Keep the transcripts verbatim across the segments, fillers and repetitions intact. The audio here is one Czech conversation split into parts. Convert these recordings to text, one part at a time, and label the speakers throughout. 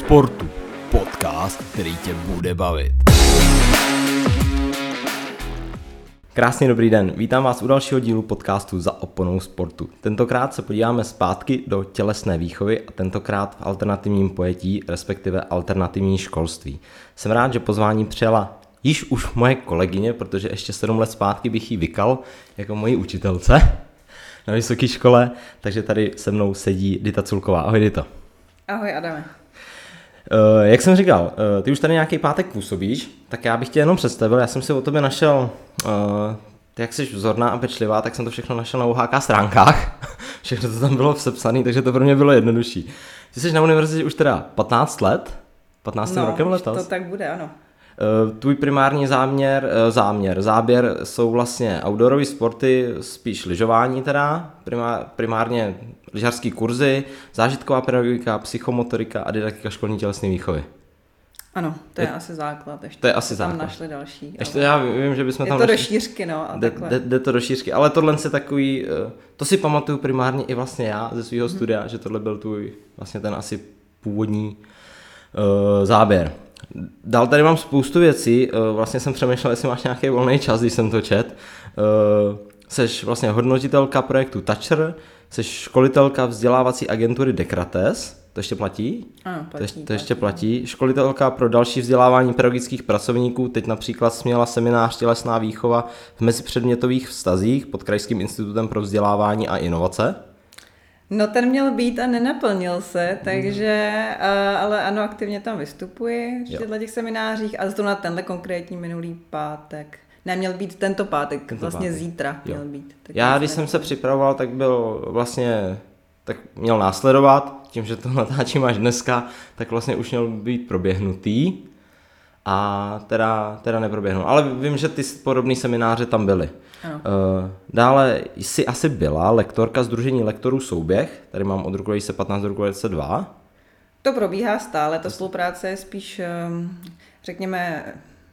Speaker 1: sportu. Podcast, který tě bude bavit. Krásný dobrý den, vítám vás u dalšího dílu podcastu Za oponou sportu. Tentokrát se podíváme zpátky do tělesné výchovy a tentokrát v alternativním pojetí, respektive alternativní školství. Jsem rád, že pozvání přijala již už moje kolegyně, protože ještě sedm let zpátky bych jí vykal jako mojí učitelce na vysoké škole, takže tady se mnou sedí Dita Culková. Ahoj Dito.
Speaker 2: Ahoj Adame.
Speaker 1: Uh, jak jsem říkal, uh, ty už tady nějaký pátek působíš, tak já bych tě jenom představil, já jsem si o tobě našel, uh, ty jak jsi vzorná a pečlivá, tak jsem to všechno našel na U H K stránkách, všechno to tam bylo vsepsané, takže to pro mě bylo jednodušší. Ty jsi na univerzitě už teda patnáct let, patnáctým
Speaker 2: no,
Speaker 1: rokem letos?
Speaker 2: No, to tak bude, ano.
Speaker 1: Uh, tvůj primární záměr, uh, záměr, záběr jsou vlastně outdoorové sporty, spíš lyžování teda, primár, primárně lyžařský kurzy, zážitková pedagogika, psychomotorika a didaktika školní tělesné výchovy.
Speaker 2: Ano, to je, je asi základ. Ještě
Speaker 1: to je asi
Speaker 2: tam
Speaker 1: základ.
Speaker 2: našli další.
Speaker 1: Ještě já vím, že bychom
Speaker 2: je
Speaker 1: tam
Speaker 2: to
Speaker 1: našli...
Speaker 2: do šířky, no. A
Speaker 1: jde, jde, jde to do šířky, ale tohle se takový, to si pamatuju primárně i vlastně já ze svého hmm. studia, že tohle byl tvůj vlastně ten asi původní uh, záběr. Dál tady mám spoustu věcí, vlastně jsem přemýšlel, jestli máš nějaký volný čas, když jsem to čet. Seš vlastně hodnotitelka projektu Toucher, seš školitelka vzdělávací agentury Dekrates, to ještě platí?
Speaker 2: Ano, platí.
Speaker 1: To, to ještě platí. Školitelka pro další vzdělávání pedagogických pracovníků, teď například směla seminář Tělesná výchova v mezipředmětových vztazích pod Krajským institutem pro vzdělávání a inovace.
Speaker 2: No ten měl být a nenaplnil se, takže, ale ano, aktivně tam vystupuji v těchto těch seminářích a zrovna tenhle konkrétní minulý pátek. Neměl být tento pátek, tento vlastně pátek. Zítra měl jo. být. Tak
Speaker 1: Já když jsem se připravoval, tak byl vlastně, tak měl následovat, tím, že to natáčím až dneska, tak vlastně už měl být proběhnutý a teda, teda neproběhnul. Ale vím, že ty podobné semináře tam byly. Ano. Dále jsi asi byla lektorka Sdružení lektorů Souběh, tady mám od roku dva tisíce patnáct do roku dva tisíce dva.
Speaker 2: To probíhá stále, ta spolupráce je spíš, řekněme,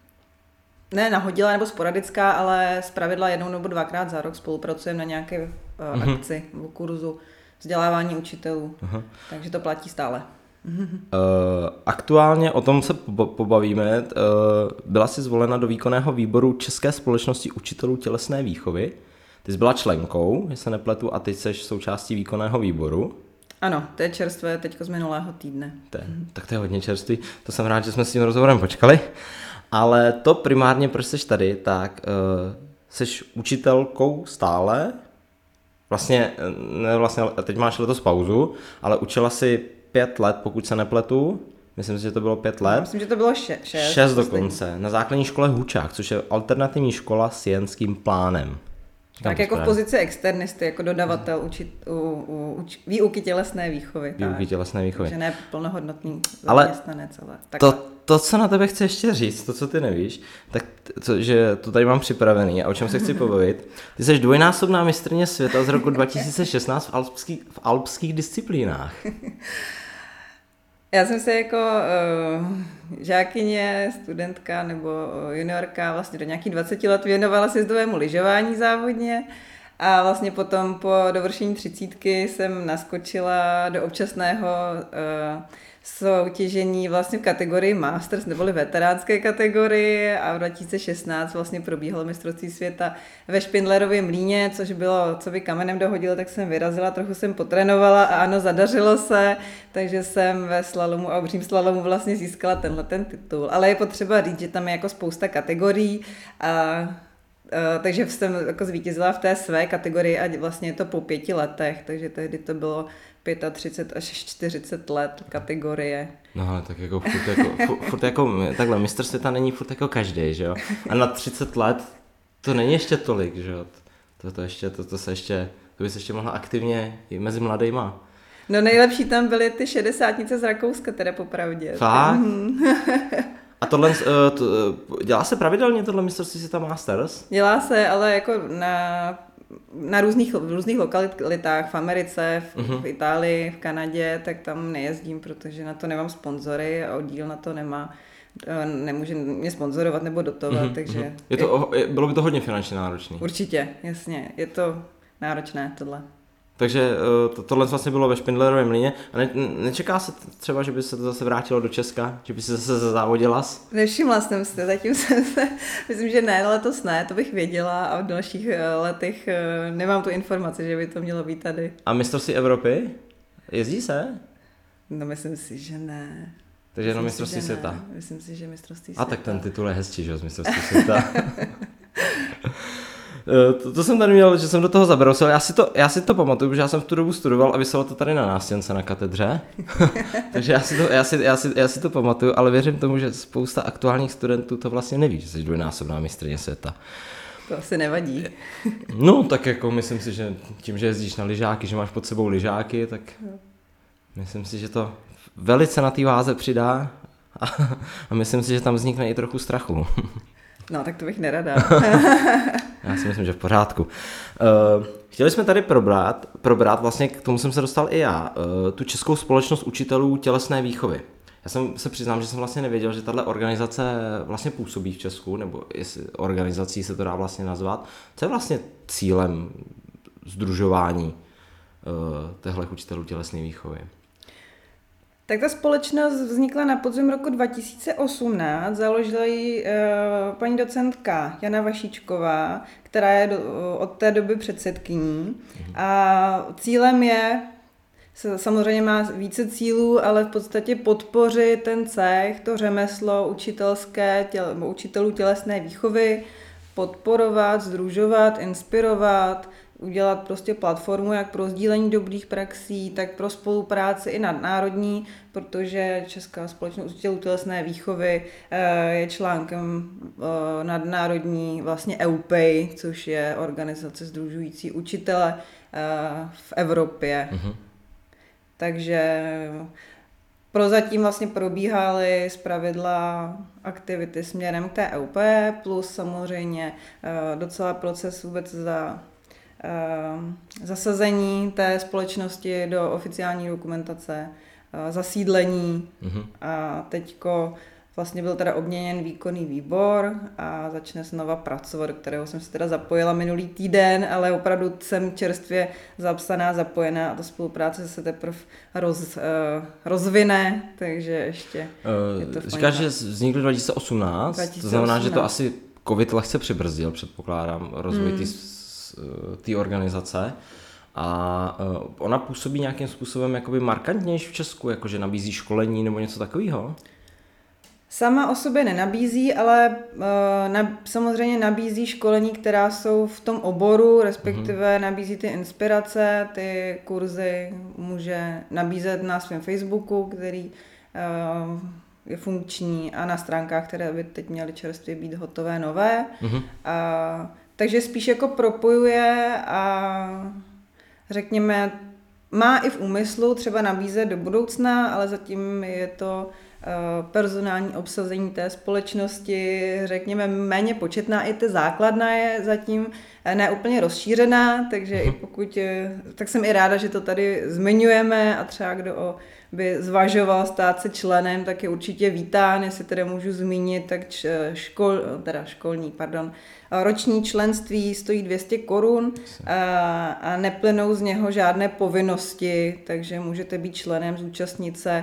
Speaker 2: ne nahodilá nebo sporadická, z pravidla jednou nebo dvakrát za rok spolupracujeme na nějaké uh-huh. akci nebo kurzu vzdělávání učitelů, uh-huh. takže to platí stále.
Speaker 1: Uh, aktuálně o tom se pobavíme. Uh, byla jsi zvolena do výkonného výboru České společnosti učitelů tělesné výchovy. Ty jsi byla členkou, že se nepletu, a teď jsi součástí výkonného výboru.
Speaker 2: Ano, to je čerstvé teďko z minulého týdne.
Speaker 1: To je, tak to je hodně čerstvý. To jsem rád, že jsme s tím rozhovorem počkali. Ale to primárně, proč jsi tady, tak uh, jsi učitelkou stále. Vlastně, ne, vlastně, teď máš letos pauzu, ale učila si pět let, pokud se nepletu. Myslím si, že to bylo pět let.
Speaker 2: Myslím, že to bylo še- šest.
Speaker 1: Šest dokonce. Na základní škole Hučák, což je alternativní škola s jenským plánem.
Speaker 2: Říkám tak jako správně. V pozici externisty, jako dodavatel učit, u, u, uč, výuky tělesné výchovy.
Speaker 1: Výuky tělesné výchovy.
Speaker 2: Takže ne plnohodnotný zaměstnanec, ale
Speaker 1: to, to, co na tebe chci ještě říct, to, co ty nevíš, tak to, že to tady mám připravený a o čem se chci pobavit. Ty jsi dvojnásobná mistryně světa z roku dva tisíce šestnáct v alpských, v alpských disciplínách.
Speaker 2: Já jsem se jako uh, žákyně, studentka nebo juniorka vlastně do nějakých dvaceti let věnovala sjezdovému lyžování závodně a vlastně potom po dovršení třicítky jsem naskočila do občasného uh, soutěžení vlastně v kategorii Masters neboli veteránské kategorii a v dva tisíce šestnáct vlastně probíhalo mistrovství světa ve Špindlerově mlýně, což bylo, co by kamenem dohodilo, tak jsem vyrazila, trochu jsem potrénovala a ano, zadařilo se, takže jsem ve slalomu a obřím slalomu vlastně získala tenhle ten titul. Ale je potřeba říct, že tam je jako spousta kategorií a Uh, takže jsem jako zvítězila v té své kategorii a vlastně je to po pěti letech, takže tehdy to bylo třicet pět až čtyřicet let kategorie.
Speaker 1: No ale tak jako furt jako, furt, furt jako takhle, mistr světa není furt jako každý, že jo? A na třicet let to není ještě tolik, že jo? To, to ještě, to, to se ještě, to bys ještě mohla aktivně i mezi mladejma.
Speaker 2: No nejlepší tam byly ty šedesátnice z Rakouska, teda popravdě.
Speaker 1: Fakt? A tohle, to, dělá se pravidelně tohle mistrovství světa Masters?
Speaker 2: Dělá se, ale jako na, na různých, v různých lokalitách, v Americe, v, uh-huh. v Itálii, v Kanadě, tak tam nejezdím, protože na to nemám sponzory a oddíl na to nemá, nemůže mě sponzorovat nebo dotovat, uh-huh. takže...
Speaker 1: Je to, je, bylo by to hodně finančně náročné.
Speaker 2: Určitě, jasně, je to náročné tohle.
Speaker 1: Takže to, tohle vlastně bylo ve Špindlerově mlýně. A ne, nečeká se třeba, že by se to zase vrátilo do Česka? Že by se zase závodila?
Speaker 2: Nevšimla jsem se, zatím jsem se, myslím, že ne, letos ne, to bych věděla a v dalších letech nemám tu informaci, že by to mělo být tady.
Speaker 1: A mistrovství Evropy? Jezdí se?
Speaker 2: No myslím si, že ne.
Speaker 1: Takže jenom mistrovství světa.
Speaker 2: Ne. Myslím si, že mistrovství světa.
Speaker 1: A tak ten titul je hezčí, že jo, z mistrovství světa. To, to jsem tady měl, že jsem do toho zabrousil. Já si to, já si to pamatuju, protože já jsem v tu dobu studoval a vyselo to tady na nástěnce na katedře. Takže já si, to, já, si, já, si, já si to pamatuju, ale věřím tomu, že spousta aktuálních studentů to vlastně neví, že jsi dvojnásobná mistryně světa.
Speaker 2: To asi nevadí.
Speaker 1: No, tak jako myslím si, že tím, že jezdíš na lyžáky, že máš pod sebou lyžáky, tak myslím si, že to velice na té váze přidá a, a myslím si, že tam vznikne i trochu strachu.
Speaker 2: No, tak to bych nerada.
Speaker 1: Já si myslím, že v pořádku. Uh, chtěli jsme tady probrat, probrat, vlastně k tomu jsem se dostal i já, uh, tu Českou společnost učitelů tělesné výchovy. Já jsem se přiznám, že jsem vlastně nevěděl, že tahle organizace vlastně působí v Česku, nebo jestli organizací se to dá vlastně nazvat. Co je vlastně cílem sdružování uh, těchto učitelů tělesné výchovy?
Speaker 2: Tak ta společnost vznikla na podzim roku dva tisíce osmnáct, založila ji e, paní docentka Jana Vašíčková, která je do, od té doby předsedkyní. A cílem je, samozřejmě má více cílů, ale v podstatě podpořit ten cech, to řemeslo učitelské, těle, učitelů tělesné výchovy, podporovat, sdružovat, inspirovat, udělat prostě platformu jak pro sdílení dobrých praxí, tak pro spolupráci i nadnárodní, protože Česká společnost učitelů tělesné výchovy je článkem nadnárodní vlastně E U P E I, což je organizace sdružující učitele v Evropě. Mm-hmm. Takže prozatím vlastně probíhaly zpravidla aktivity směrem k té E U P E, plus samozřejmě docela proces vůbec za zasazení té společnosti do oficiální dokumentace, zasídlení mm-hmm. a teďko vlastně byl teda obměněn výkonný výbor a začne znova pracovat, do kterého jsem se teda zapojila minulý týden, ale opravdu jsem čerstvě zapsaná, zapojená a ta spolupráce se teprve roz, rozvine, takže ještě
Speaker 1: uh, je to Říkáš, že vznikl dva tisíce osmnáct, dva tisíce osmnáct, to znamená, že to asi covid lehce přibrzdil, předpokládám, rozvoj hmm. té organizace a uh, ona působí nějakým způsobem jakoby markantnější v Česku, jakože nabízí školení nebo něco takového?
Speaker 2: Sama o sobě nenabízí, ale uh, na, samozřejmě nabízí školení, která jsou v tom oboru, respektive mm-hmm. nabízí ty inspirace, ty kurzy může nabízet na svém Facebooku, který uh, je funkční a na stránkách, které by teď měly čerstvě být hotové nové. Mm-hmm. A takže spíš jako propojuje a řekněme, má i v úmyslu třeba nabízet do budoucna, ale zatím je to personální obsazení té společnosti, řekněme, méně početná, i ta základna je zatím neúplně rozšířená, takže i pokud, tak jsem i ráda, že to tady zmiňujeme a třeba kdo by zvažoval stát se členem, tak je určitě vítán, jestli tedy můžu zmínit, tak škol, teda školní, pardon, roční členství stojí dvě stě korun a, a neplynou z něho žádné povinnosti, takže můžete být členem, zúčastnit se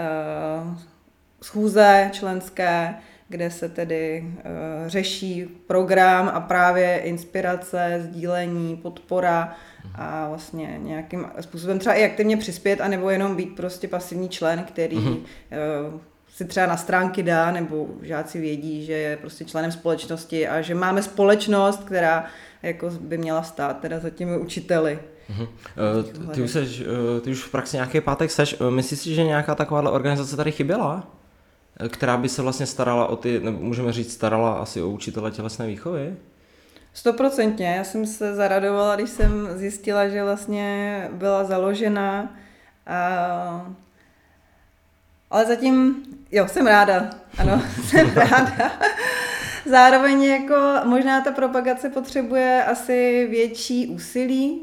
Speaker 2: schůze členské, kde se tedy uh, řeší program a právě inspirace, sdílení, podpora a vlastně nějakým způsobem třeba i aktivně přispět, anebo jenom být prostě pasivní člen, který uh, si třeba na stránky dá, nebo žáci vědí, že je prostě členem společnosti a že máme společnost, která jako by měla stát teda za těmi učiteli.
Speaker 1: Uh-huh. Uh, ty, už seš, uh, ty už v praxi nějaký pátek seš. Myslíš si, že nějaká takováhle organizace tady chyběla? Která by se vlastně starala o ty, nebo můžeme říct, starala asi o učitele tělesné výchovy?
Speaker 2: Stoprocentně. Já jsem se zaradovala, když jsem zjistila, že vlastně byla založena. A... Ale zatím, jo, jsem ráda. Ano, jsem ráda. Zároveň jako možná ta propagace potřebuje asi větší úsilí,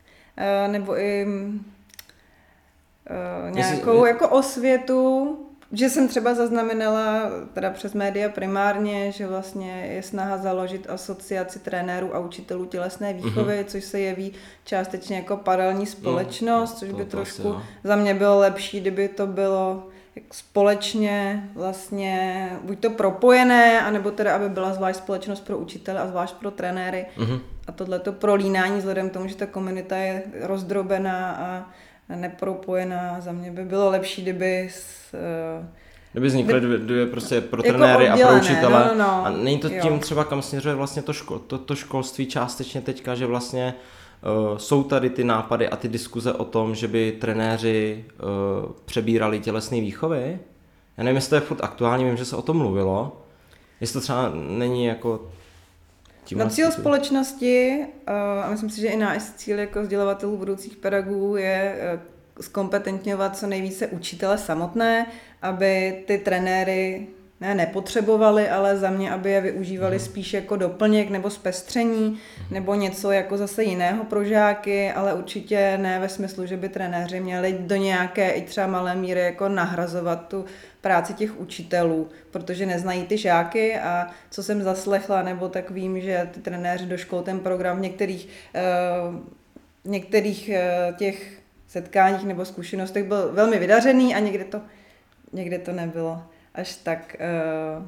Speaker 2: nebo i nějakou jako osvětu, že jsem třeba zaznamenala teda přes média primárně, že vlastně je snaha založit asociaci trenérů a učitelů tělesné výchovy, mm-hmm. což se jeví částečně jako paralelní společnost, no, což by trošku asi, za mě bylo lepší, kdyby to bylo společně vlastně buď to propojené, anebo teda, aby byla zvlášť společnost pro učitele a zvlášť pro trenéry. Mm-hmm. A tohleto prolínání vzhledem k tomu, že ta komunita je rozdrobená a nepropojená, za mě by bylo lepší, kdyby s,
Speaker 1: kdyby vznikly dvě, dvě prostě pro trenéry
Speaker 2: jako
Speaker 1: a pro učitele.
Speaker 2: No, no, no.
Speaker 1: A není to
Speaker 2: jo.
Speaker 1: tím třeba, kam směřuje vlastně to, ško, to, to školství částečně teďka, že vlastně uh, jsou tady ty nápady a ty diskuze o tom, že by trenéři uh, přebírali tělesné výchovy. Já nevím, jestli to je furt aktuální, vím, že se o tom mluvilo. Jestli to třeba není jako
Speaker 2: No cíl společnosti, a myslím si, že i náš cíl jako sdělovatelů budoucích pedagogů je zkompetentňovat co nejvíce učitele samotné, aby ty trenéry ne, nepotřebovali, ale za mě, aby je využívali hmm. spíš jako doplněk nebo zpestření, nebo něco jako zase jiného pro žáky, ale určitě ne ve smyslu, že by trenéři měli do nějaké i třeba malé míry jako nahrazovat tu práci těch učitelů, protože neznají ty žáky a co jsem zaslechla, nebo tak vím, že ty trenéři do škol ten program v některých, uh, některých uh, těch setkáních nebo zkušenostech byl velmi vydařený a někde to, někde to nebylo až tak uh,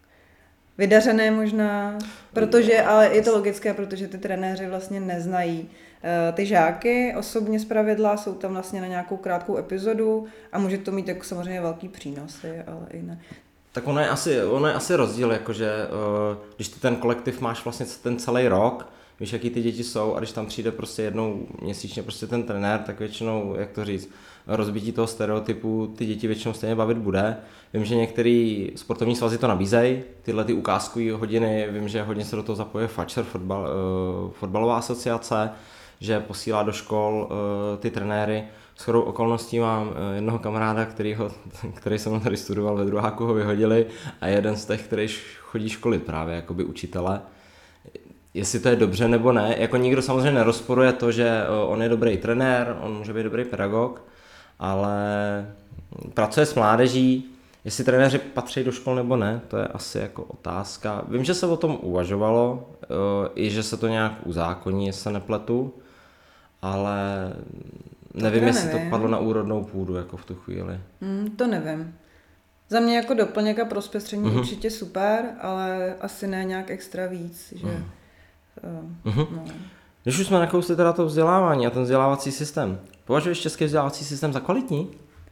Speaker 2: vydařené možná, protože, ale je to logické, protože ty trenéři vlastně neznají uh, ty žáky osobně zpravidla, jsou tam vlastně na nějakou krátkou epizodu a může to mít jako samozřejmě velký přínosy, ale i ne.
Speaker 1: Tak ono je asi, ono je asi rozdíl, jakože uh, když ty ten kolektiv máš vlastně ten celý rok, víš, jaký ty děti jsou a když tam přijde prostě jednou měsíčně prostě ten trenér, tak většinou, jak to říct, rozbití toho stereotypu ty děti většinou stejně bavit bude. Vím, že některé sportovní svazy to nabízejí, tyhle ty ukázkové hodiny, vím, že hodně se do toho zapojuje Fatscher, fotbal, uh, fotbalová asociace, že posílá do škol uh, ty trenéry. Shodou okolností mám uh, jednoho kamaráda, kterýho, který se mnou tady studoval ve druháku, ho vyhodili a jeden z těch, který chodí školit právě jakoby učitele. Jestli to je dobře nebo ne, jako nikdo samozřejmě nerozporuje to, že on je dobrý trenér, on může být dobrý pedagog, ale pracuje s mládeží, jestli trenéři patří do škol nebo ne, to je asi jako otázka. Vím, že se o tom uvažovalo, i že se to nějak uzákoní, jestli se nepletu, ale nevím, to jestli nevím. To padlo na úrodnou půdu jako v tu chvíli.
Speaker 2: Mm, to nevím. Za mě jako doplněk a pro zpestření mm-hmm. určitě super, ale asi ne nějak extra víc, že... Mm.
Speaker 1: Uh, no. Když už jsme nakousli teda to vzdělávání a ten vzdělávací systém, považuješ český vzdělávací systém za kvalitní?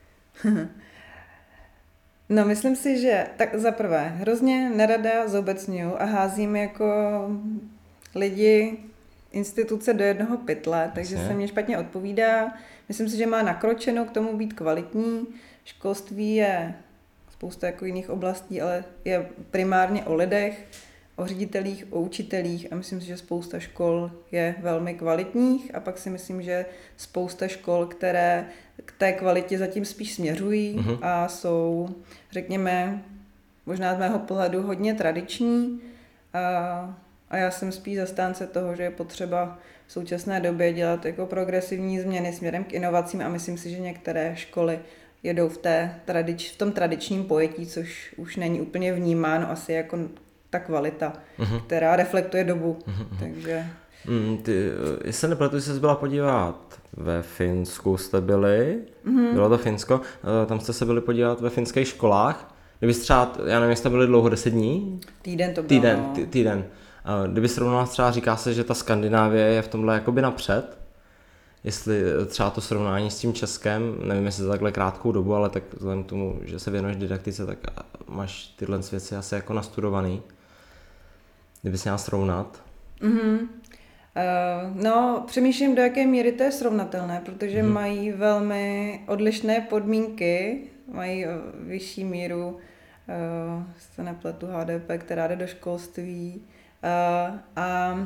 Speaker 2: No myslím si, že tak za prvé hrozně nerada zobecňuju a házím jako lidi instituce do jednoho pytle, takže se mě špatně odpovídá. Myslím si, že má nakročeno k tomu být kvalitní. Školství je spousta jako jiných oblastí, ale je primárně o lidech, o ředitelích, o učitelích a myslím si, že spousta škol je velmi kvalitních a pak si myslím, že spousta škol, které k té kvalitě zatím spíš směřují mm-hmm. a jsou, řekněme, možná z mého pohledu hodně tradiční a, a já jsem spíš zastánce toho, že je potřeba v současné době dělat jako progresivní změny směrem k inovacím a myslím si, že některé školy jedou v, té tradič, v tom tradičním pojetí, což už není úplně vnímáno asi jako ta kvalita, uh-huh. která reflektuje dobu. Uh-huh. Takže...
Speaker 1: Mm, ty, jestli nepletu, jsi se byla podívat ve Finsku, jste byli, uh-huh. bylo to Finsko, tam jste se byli podívat ve finských školách, kdyby třeba, já nevím, jste byli dlouho, deset dní?
Speaker 2: Týden to bylo.
Speaker 1: Týden, tý, týden. Kdyby srovnala třeba, říká se, že ta Skandinávie je v tomhle jakoby napřed, jestli třeba to srovnání s tím Českem, nevím, jestli za takhle krátkou dobu, ale tak vzhledem k tomu, že se věnuješ didaktice, tak máš tyhle věci asi jako nastudovaný. Kdyby se měla srovnat?
Speaker 2: Mm-hmm. Uh, no, přemýšlím, do jaké míry to je srovnatelné, protože mm-hmm. mají velmi odlišné podmínky, mají vyšší míru, uh, se nepletu, H D P, která jde do školství uh, a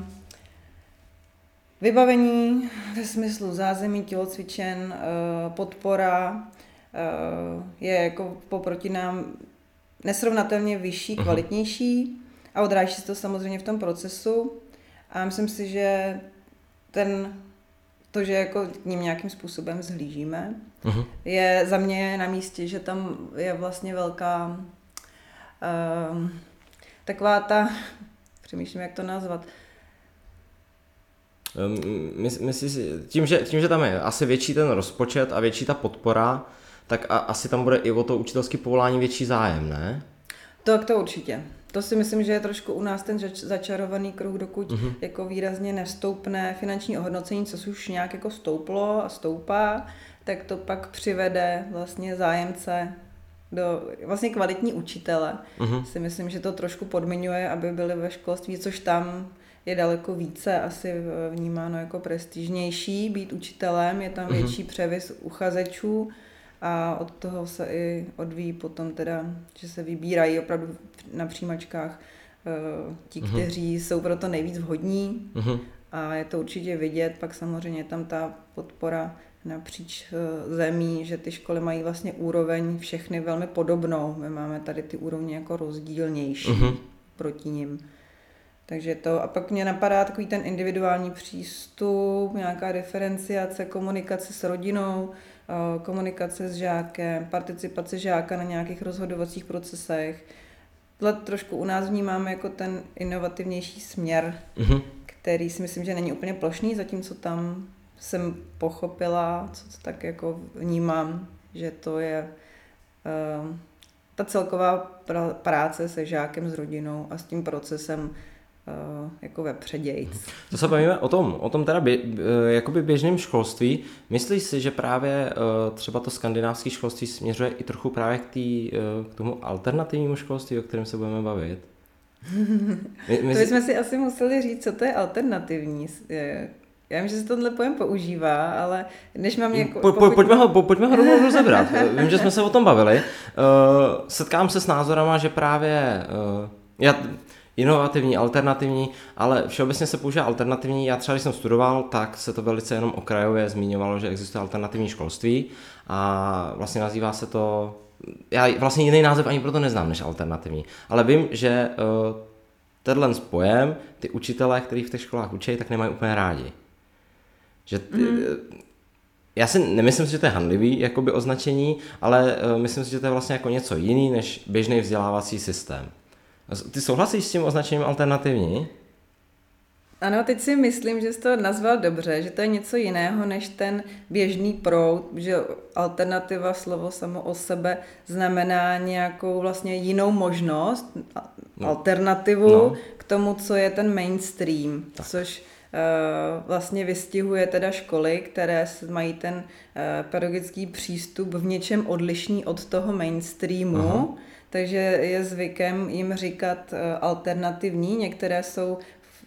Speaker 2: vybavení ve smyslu zázemí, tělocvičen, uh, podpora uh, je jako poproti nám nesrovnatelně vyšší, mm-hmm. kvalitnější. A odráží se to samozřejmě v tom procesu a myslím si, že ten to, že jako k ním nějakým způsobem zhlížíme,
Speaker 1: uh-huh.
Speaker 2: je za mě na místě, že tam je vlastně velká uh, taková ta, přemýšlím, jak to nazvat.
Speaker 1: My, my si, tím, že, tím, že tam je asi větší ten rozpočet a větší ta podpora, tak a, asi tam bude i o to učitelské povolání větší zájem, ne?
Speaker 2: Tak to určitě. To si myslím, že je trošku u nás ten začarovaný kruh, dokud
Speaker 1: uh-huh.
Speaker 2: jako výrazně nestoupne finanční ohodnocení, co už nějak jako stouplo a stoupá, tak to pak přivede vlastně zájemce do vlastně kvalitní učitele. Uh-huh. Si myslím, že to trošku podmiňuje, aby byli ve školství, což tam je daleko více asi vnímáno jako prestižnější být učitelem, je tam uh-huh. větší převis uchazečů a od toho se i odvíjí potom teda, že se vybírají opravdu na přijímačkách uh, ti, uh-huh. kteří jsou pro to nejvíc vhodní uh-huh. a je to určitě vidět, pak samozřejmě je tam ta podpora napříč uh, zemí, že ty školy mají vlastně úroveň všechny velmi podobnou, my máme tady ty úrovně jako rozdílnější uh-huh. proti nim. Takže to, a pak mě napadá takový ten individuální přístup, nějaká diferenciace, komunikace s rodinou, komunikace s žákem, participace žáka na nějakých rozhodovacích procesech. Tohle trošku u nás vnímáme jako ten inovativnější směr, mm-hmm. který si myslím, že není úplně plošný, zatímco tam jsem pochopila, co to tak jako vnímám, že to je uh, ta celková pra- práce se žákem, s rodinou a s tím procesem jako vepředějc.
Speaker 1: To se bavíme o tom, o tom teda bě, jakoby běžném školství. Myslíš si, že právě třeba to skandinávské školství směřuje i trochu právě k, tý, k tomu alternativnímu školství, o kterém se budeme bavit?
Speaker 2: My, my... To bychom si asi museli říct, co to je alternativní. Já vím, že se tenhle pojem používá, ale než mám jako...
Speaker 1: Po, po, pojďme, ho, po, pojďme ho rovnou rozebrat. Vím, že jsme se o tom bavili. Uh, setkám se s názorama, že právě... Uh, já, inovativní, alternativní, ale všeobecně se používá alternativní. Já třeba, když jsem studoval, tak se to velice jenom okrajově zmiňovalo, že existuje alternativní školství a vlastně nazývá se to, já vlastně jiný název ani proto neznám než alternativní, ale vím, že uh, tenhle pojem ty učitelé, kteří v těch školách učí, tak nemají úplně rádi. Že ty, mm. Já si nemyslím si, že to je handlivý jakoby označení, ale uh, myslím si, že to je vlastně jako něco jiný než běžný vzdělávací systém. Ty souhlasíš s tím označením alternativní?
Speaker 2: Ano, teď si myslím, že jsi to nazval dobře, že to je něco jiného než ten běžný proud, že alternativa, slovo samo o sebe, znamená nějakou vlastně jinou možnost, no. alternativu no. k tomu, co je ten mainstream, tak. což uh, vlastně vystihuje teda školy, které mají ten uh, pedagogický přístup v něčem odlišný od toho mainstreamu. Aha. Takže je zvykem jim říkat alternativní, některé jsou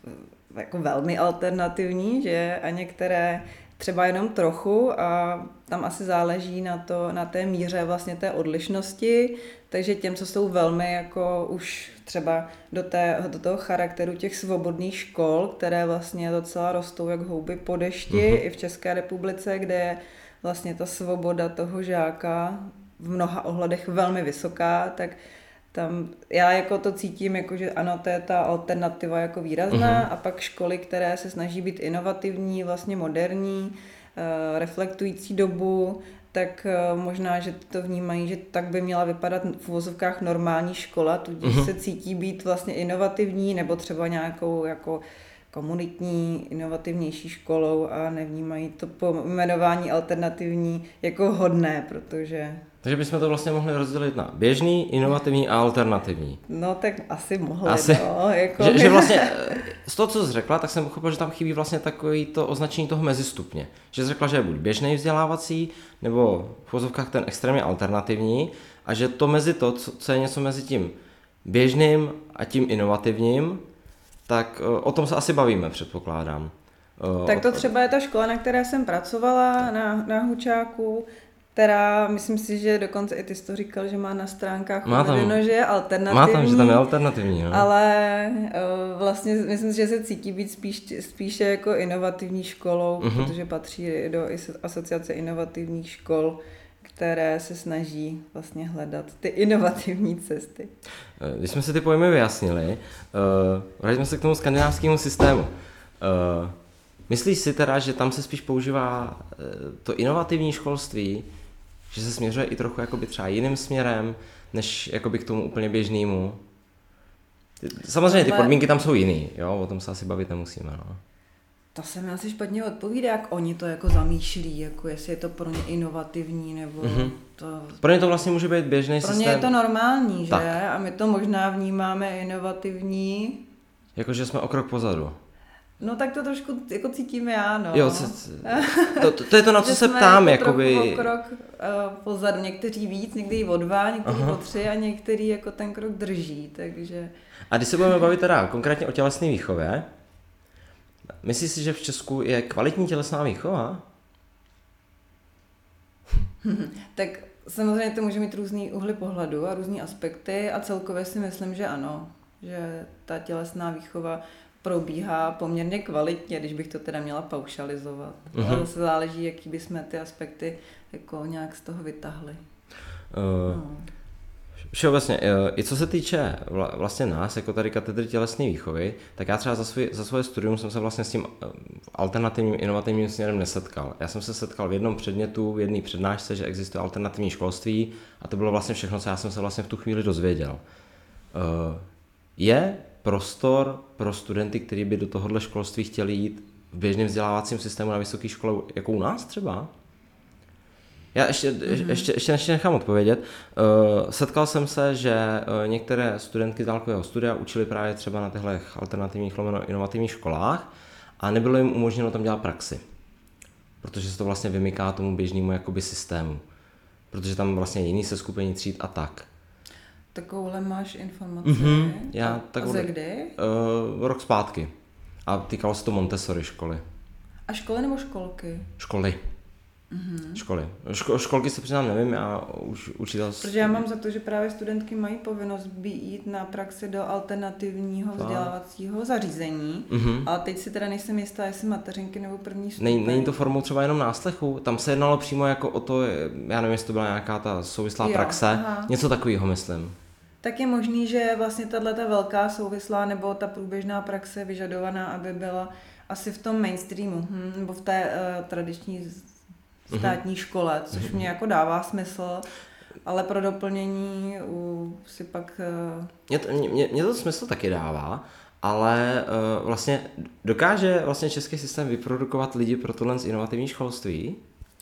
Speaker 2: jako velmi alternativní, že a některé třeba jenom trochu a tam asi záleží na, to, na té míře vlastně té odlišnosti, takže těm, co jsou velmi jako už třeba do, té, do toho charakteru těch svobodných škol, které vlastně docela rostou jak houby po dešti uh-huh. i v České republice, kde je vlastně ta svoboda toho žáka v mnoha ohledech velmi vysoká, tak tam já jako to cítím, jako že ano, to je ta alternativa jako výrazná uh-huh. a pak školy, které se snaží být inovativní, vlastně moderní, reflektující dobu, tak možná, že to vnímají, že tak by měla vypadat v uvozovkách normální škola, tudíž uh-huh. se cítí být vlastně inovativní nebo třeba nějakou jako komunitní, inovativnější školou a nevnímají to pojmenování alternativní jako hodné, protože...
Speaker 1: Takže bychom to vlastně mohli rozdělit na běžný, inovativní a alternativní.
Speaker 2: No tak asi mohli,
Speaker 1: asi,
Speaker 2: no. Jako...
Speaker 1: Že, že vlastně z toho, co jsi řekla, tak jsem pochopil, že tam chybí vlastně takový to označení toho mezistupně. Že jsi řekla, že je buď běžný vzdělávací, nebo v pozovkách ten extrémně alternativní a že to mezi to, co je něco mezi tím běžným a tím inovativním, tak o tom se asi bavíme, předpokládám.
Speaker 2: Tak to třeba je ta škola, na které jsem pracovala, na, na Hučáku, která, myslím si, že dokonce i ty jsi to říkal, že má na stránkách uvedeno, že je alternativní.
Speaker 1: Má tam, že tam je alternativní, no.
Speaker 2: Ale vlastně myslím si, že se cítí být spíš, spíše jako inovativní školou, uh-huh. protože patří do asociace inovativních škol, které se snaží vlastně hledat ty inovativní cesty.
Speaker 1: Když jsme si ty pojmy vyjasnili, uh, vrátíme se k tomu skandinávskému systému. Uh, Myslíš si teda, že tam se spíš používá to inovativní školství, že se směřuje i trochu jakoby třeba jiným směrem, než jakoby k tomu úplně běžnému? Samozřejmě ty podmínky tam jsou jiný, jo, o tom se asi bavit nemusíme, no.
Speaker 2: To se mi asi špatně odpovídá, jak oni to jako zamýšlí, jako jestli je to pro ně inovativní, nebo mm-hmm. to...
Speaker 1: Pro ně to vlastně může být běžný
Speaker 2: pro
Speaker 1: systém.
Speaker 2: Pro ně je to normální,
Speaker 1: tak.
Speaker 2: že? A my to možná vnímáme inovativní.
Speaker 1: Jakože jsme o krok pozadu.
Speaker 2: No tak to trošku jako cítím já, no.
Speaker 1: Jo, to, to, to je to, na co se ptám,
Speaker 2: jako
Speaker 1: jakoby...
Speaker 2: trochu o krok uh, pozadu, někteří víc, někteří o dva, někteří Aha. o tři a někteří jako ten krok drží, takže...
Speaker 1: A když se budeme bavit teda konkrétně o tělesné výchově, myslíš si, že v Česku je kvalitní tělesná výchova?
Speaker 2: Tak samozřejmě to může mít různý úhly pohledu a různý aspekty a celkově si myslím, že ano, že ta tělesná výchova probíhá poměrně kvalitně, když bych to teda měla paušalizovat. Uh-huh. Ale zase záleží, jaký bychom ty aspekty jako nějak z toho vytahli. Uh, no.
Speaker 1: Všeobecně, i co se týče vlastně nás, jako tady katedry tělesné výchovy, tak já třeba za, svůj, za svoje studium jsem se vlastně s tím alternativním inovativním směrem nesetkal. Já jsem se setkal v jednom předmětu, v jedné přednášce, že existuje alternativní školství a to bylo vlastně všechno, co já jsem se vlastně v tu chvíli dozvěděl. Je prostor pro studenty, kteří by do tohohle školství chtěli jít v běžném vzdělávacím systému na vysoké škole, jako u nás třeba? Já ještě, mm-hmm. ještě, ještě, ještě nechám odpovědět. Uh, setkal jsem se, že uh, některé studentky z dálkového studia učili právě třeba na těchto alternativních lomeno inovativních školách a nebylo jim umožněno tam dělat praxi. Protože se to vlastně vymyká tomu běžnému jakoby systému. Protože tam vlastně jiný seskupení tříd a tak.
Speaker 2: Takovouhle máš informace?
Speaker 1: Mm-hmm. Já,
Speaker 2: a
Speaker 1: takovouhle,
Speaker 2: ze kdy?
Speaker 1: Uh, rok zpátky. A týkalo se to Montessori školy.
Speaker 2: A školy nebo školky?
Speaker 1: Školy. Mm-hmm. Školy. Ško, školky se přiznám nevím, já už učitel...
Speaker 2: Protože já mám za to, že právě studentky mají povinnost být na praxi do alternativního vzdělávacího zařízení, mm-hmm. ale teď si teda nejsem jistá, jestli mateřinky nebo první stupeň.
Speaker 1: Nej, není to formou třeba jenom náslechu? Tam se jednalo přímo jako o to, já nevím, jestli to byla nějaká ta souvislá jo, praxe, aha. něco takového myslím.
Speaker 2: Tak je možný, že vlastně tato velká souvislá nebo ta průběžná praxe vyžadovaná, aby byla asi v tom mainstreamu, hm, nebo v té uh, tradiční státní škole, což mm-hmm. mě jako dává smysl, ale pro doplnění u, si pak... Uh...
Speaker 1: Mě, to, mě, mě to smysl taky dává, ale uh, vlastně dokáže vlastně český systém vyprodukovat lidi pro tohle z inovativní školství?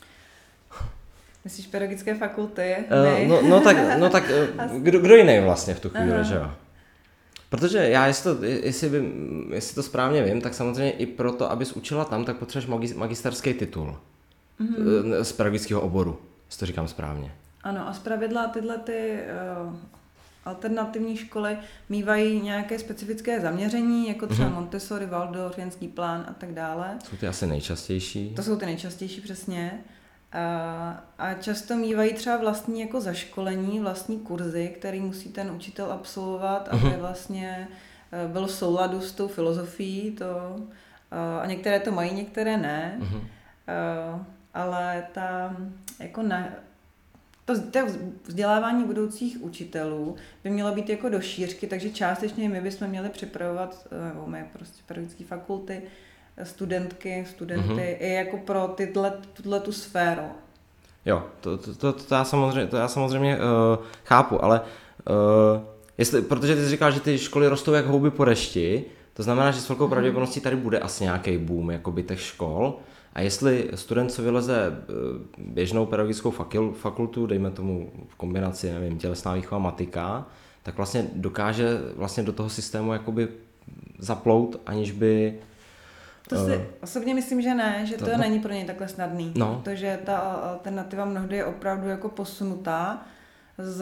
Speaker 2: Myslíš pedagogické fakulty?
Speaker 1: Uh, no, no tak, no tak uh, kdo, kdo jiný vlastně v tu chvíli, že jo? Protože já, jestli to, jestli, by, jestli to správně vím, tak samozřejmě i proto, abys učila tam, tak potřebuješ magisterský titul. Mm-hmm. Z pedagogického oboru, jestli to říkám správně.
Speaker 2: Ano, a zpravidla tyhle ty uh, alternativní školy mívají nějaké specifické zaměření, jako třeba mm-hmm. Montessori, Waldorf, Jenský plán a tak dále.
Speaker 1: Jsou ty asi nejčastější.
Speaker 2: To jsou ty nejčastější, přesně. Uh, a často mívají třeba vlastní jako zaškolení, vlastní kurzy, který musí ten učitel absolvovat, mm-hmm. aby vlastně uh, byl v souladu s tou filozofií. To, uh, a některé to mají, některé ne. Mm-hmm. Uh, ale ta, jako ne, to, to vzdělávání budoucích učitelů by mělo být jako do šířky, takže částečně my bychom měli připravovat, nebo my prostě pedagogické fakulty, studentky, studenty, mm-hmm. i jako pro tyhle, tuhle tu sféru. Jo,
Speaker 1: to, to, to, to, já, samozřejmě, to já samozřejmě uh, chápu, ale uh, jestli, protože ty jsi říkal, že ty školy rostou jak houby po dešti, to znamená, že s velkou pravděpodobností tady bude asi nějaký boom jakoby těch škol. A jestli student, co vyleze běžnou pedagogickou fakultu, dejme tomu v kombinaci, nevím, tělesná výchova, matika, tak vlastně dokáže vlastně do toho systému jakoby zaplout, aniž by...
Speaker 2: To si uh, osobně myslím, že ne, že to, to není pro něj takhle snadný,
Speaker 1: no.
Speaker 2: protože ta alternativa mnohdy je opravdu jako posunutá z,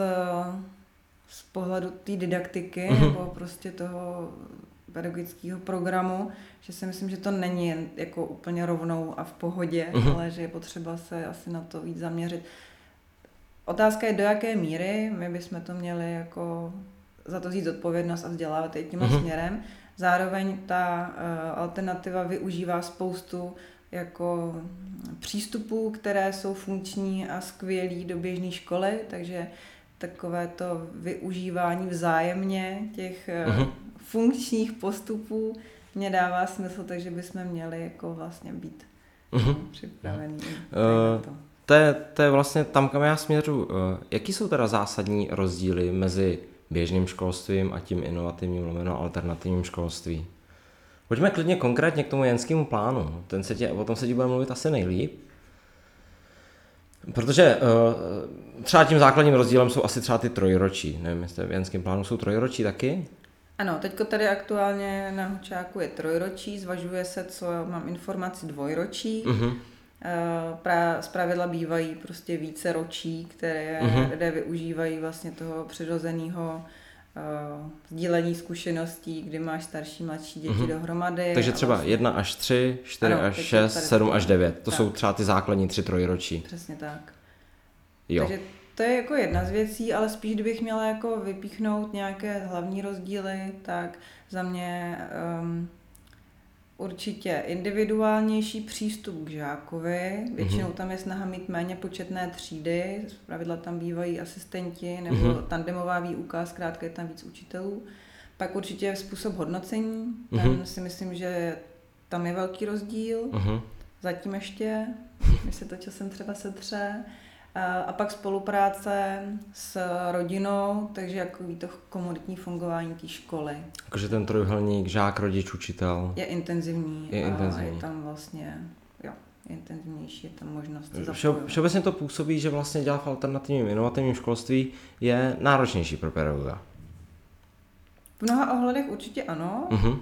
Speaker 2: z pohledu té didaktiky uh-huh. nebo prostě toho pedagogického programu, že si myslím, že to není jen jako úplně rovnou a v pohodě, uh-huh. ale že je potřeba se asi na to víc zaměřit. Otázka je, do jaké míry my bychom to měli jako za to vzít odpovědnost a vzdělávat i tímhle uh-huh. směrem. Zároveň ta uh, alternativa využívá spoustu jako přístupů, které jsou funkční a skvělý do běžné školy, takže takové to využívání vzájemně těch uh, uh-huh. funkčních postupů mně dává smysl, takže bychom měli jako vlastně být
Speaker 1: uh-huh.
Speaker 2: připravený.
Speaker 1: Uh, to. To, je, to je vlastně tam, kam já směřu. Uh, jaký jsou teda zásadní rozdíly mezi běžným školstvím a tím inovativním lomeno alternativním školství? Pojďme klidně konkrétně k tomu jenskému plánu. Ten se tě, o tom se ti bude mluvit asi nejlíp. Protože uh, třeba tím základním rozdílem jsou asi třeba ty trojročí. Nevím, jestli v jenském plánu jsou trojročí taky?
Speaker 2: Ano, teďko tady aktuálně na Hučáku je trojročí, zvažuje se, co mám informaci, dvojročí. Uh-huh. Pra, zpravidla bývají prostě více ročí, které uh-huh. lidé využívají vlastně toho přirozeného uh, sdílení zkušeností, kdy máš starší, mladší děti uh-huh. dohromady.
Speaker 1: Takže třeba
Speaker 2: vlastně...
Speaker 1: jedna až tři, čtyři až šest, sedm až devět. To tak. Jsou třeba ty základní tři trojročí.
Speaker 2: Přesně tak.
Speaker 1: Jo.
Speaker 2: Takže to je jako jedna z věcí, ale spíš kdybych měla jako vypíchnout nějaké hlavní rozdíly, tak za mě um, určitě individuálnější přístup k žákovi. Většinou tam je snaha mít méně početné třídy, zpravidla tam bývají asistenti nebo mm-hmm. tandemová výuka, zkrátka je tam víc učitelů. Pak určitě způsob hodnocení, ten mm-hmm. si myslím, že tam je velký rozdíl. Mm-hmm. Zatím ještě, když se to časem třeba setře. A pak spolupráce s rodinou, takže jako ví to komunitní fungování té školy.
Speaker 1: Jakože ten trojuhelník žák, rodič, učitel.
Speaker 2: Je intenzivní.
Speaker 1: Je
Speaker 2: a
Speaker 1: intenzivní.
Speaker 2: je tam vlastně, jo, je intenzivnější, je tam možnost se
Speaker 1: Vše, všeobecně to působí, že vlastně dělat v alternativním inovativním školství je náročnější pro pedagoga.
Speaker 2: V mnoha ohledech určitě ano. Uh-huh.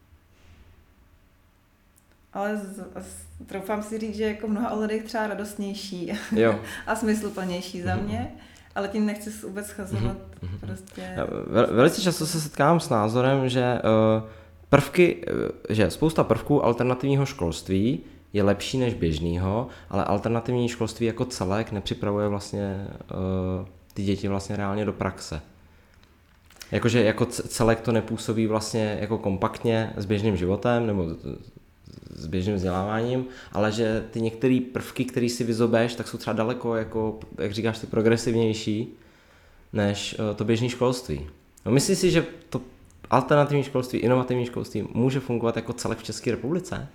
Speaker 2: Ale z, z, troufám si říct, že jako v mnoha ohledech třeba radostnější
Speaker 1: jo.
Speaker 2: a smysluplnější za mě, ale tím nechci vůbec schazovat
Speaker 1: mm-hmm.
Speaker 2: prostě...
Speaker 1: Vel, velice často se setkávám s názorem, že uh, prvky, že spousta prvků alternativního školství je lepší než běžného, ale alternativní školství jako celek nepřipravuje vlastně uh, ty děti vlastně reálně do praxe. Jakože jako celek to nepůsobí vlastně jako kompaktně s běžným životem nebo s běžným vzděláváním, ale že ty některé prvky, které si vyzobeš, tak jsou třeba daleko, jako, jak říkáš, ty progresivnější než to běžné školství. No, myslím si, že to alternativní školství, inovativní školství může fungovat jako celek v České republice.